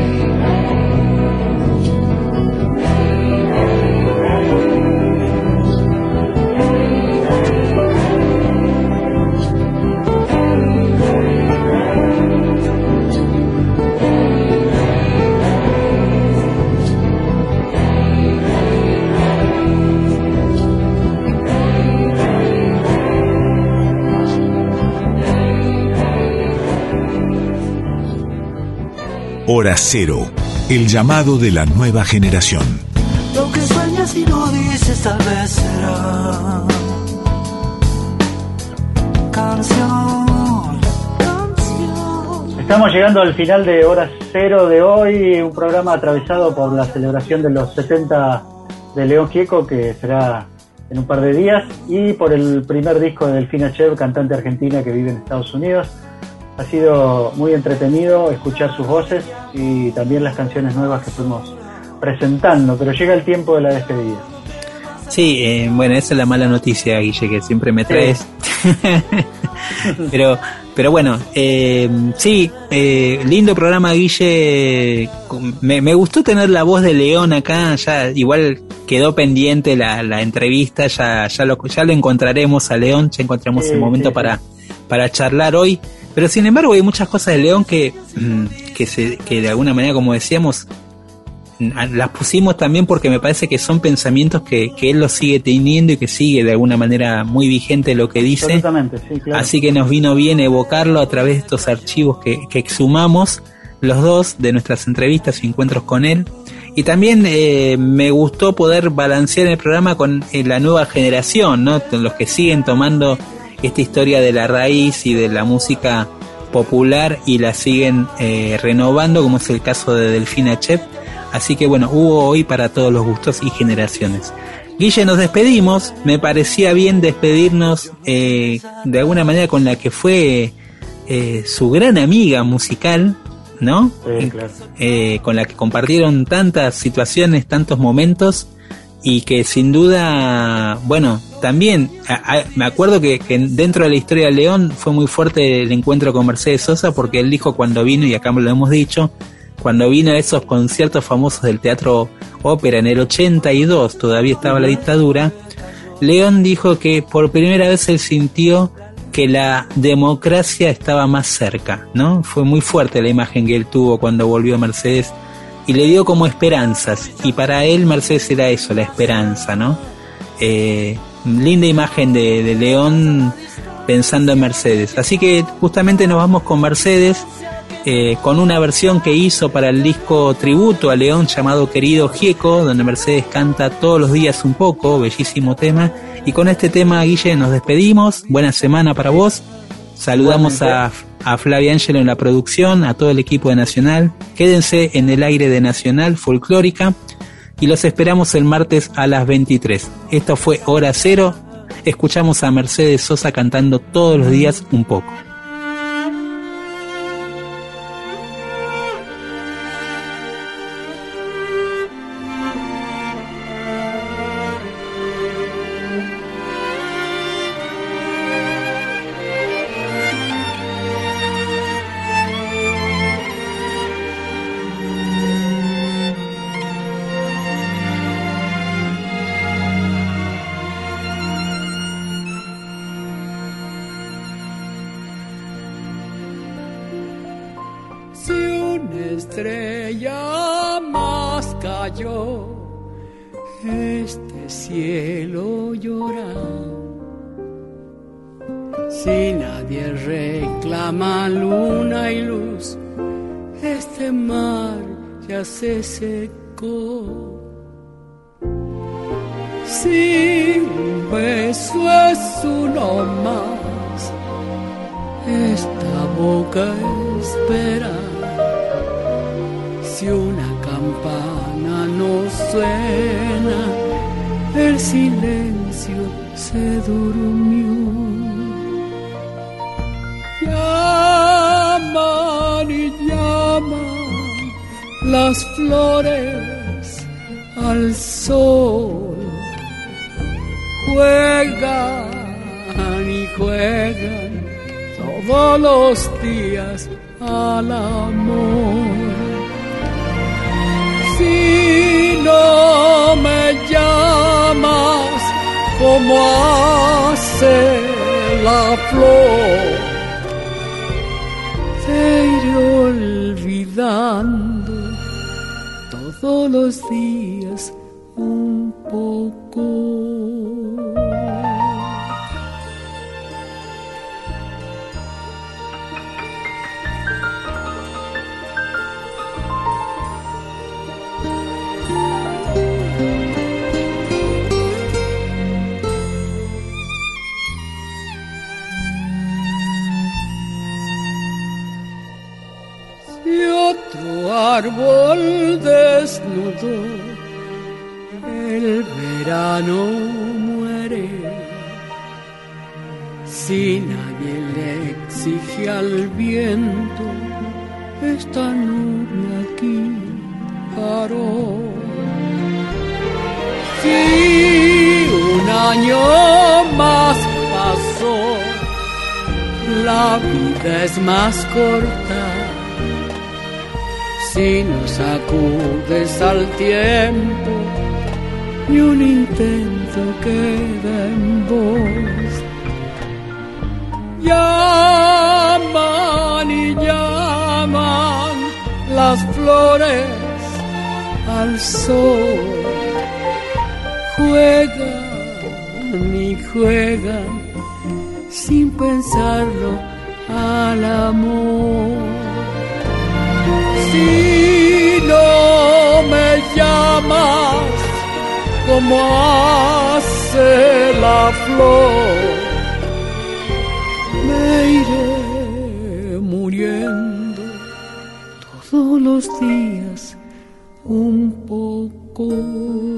Hora Cero, el llamado de la nueva generación. Lo que sueñas y no dices tal vez será canción. Estamos llegando al final de Hora Cero de hoy, un programa atravesado por la celebración de los 70 de León Gieco, que será en un par de días, y por el primer disco de Delfina Chev, cantante argentina que vive en Estados Unidos. Ha sido muy entretenido escuchar sus voces y también las canciones nuevas que fuimos presentando, pero llega el tiempo de la despedida. Sí, bueno, esa es la mala noticia, Guille, que siempre me traes. Sí. pero bueno, sí, lindo programa, Guille. Me gustó tener la voz de León acá. Ya igual quedó pendiente la entrevista, ya lo encontraremos a León, ya encontramos el momento para charlar hoy. Pero sin embargo hay muchas cosas de León que de alguna manera, como decíamos, las pusimos también porque me parece que son pensamientos que él los sigue teniendo y que sigue de alguna manera muy vigente lo que dice. Absolutamente, sí, claro. Así que nos vino bien evocarlo a través de estos archivos que exhumamos los dos de nuestras entrevistas y encuentros con él. Y también me gustó poder balancear el programa con la nueva generación, ¿no? Los que siguen tomando esta historia de la raíz y de la música popular y la siguen renovando, como es el caso de Delfina Chep. Así que bueno, hubo hoy para todos los gustos y generaciones. Guille, nos despedimos. Me parecía bien despedirnos de alguna manera con la que fue su gran amiga musical, ¿no? Sí, claro. Con la que compartieron tantas situaciones, tantos momentos, y que sin duda, bueno, también me acuerdo que dentro de la historia de León fue muy fuerte el encuentro con Mercedes Sosa, porque él dijo cuando vino, y acá lo hemos dicho, cuando vino a esos conciertos famosos del Teatro Ópera en el 82, todavía estaba la dictadura, León dijo que por primera vez él sintió que la democracia estaba más cerca, ¿no? Fue muy fuerte la imagen que él tuvo cuando volvió Mercedes y le dio como esperanzas, y para él Mercedes era eso, la esperanza, ¿no? Linda imagen de León pensando en Mercedes. Así que justamente nos vamos con Mercedes, con una versión que hizo para el disco tributo a León llamado Querido Gieco, donde Mercedes canta todos los días un poco, bellísimo tema. Y con este tema, Guille, nos despedimos. Buena semana para vos. Saludamos a Flavia Ángelo en la producción, a todo el equipo de Nacional. Quédense en el aire de Nacional Folclórica y los esperamos el martes a las 23. Esto fue Hora Cero. Escuchamos a Mercedes Sosa cantando todos los días un poco. Estrella más cayó, este cielo llora. Si nadie reclama luna y luz, este mar ya se secó. Si un beso es uno más, esta boca espera. Si una campana no suena, el silencio se durmió. Llaman y llaman las flores al sol. Juegan y juegan todos los días al amor. Si no me llamas como hace la flor, te iré olvidando todos los días un poco. Árbol desnudo, el verano muere. Si nadie le exige al viento, esta nube aquí paró. Si un año más pasó, la vida es más corta. Si no sacudes al tiempo, ni un intento queda en vos. Llaman y llaman las flores al sol. Juegan y juegan sin pensarlo al amor. Si no me llamas como hace la flor, me iré todos los días un poco.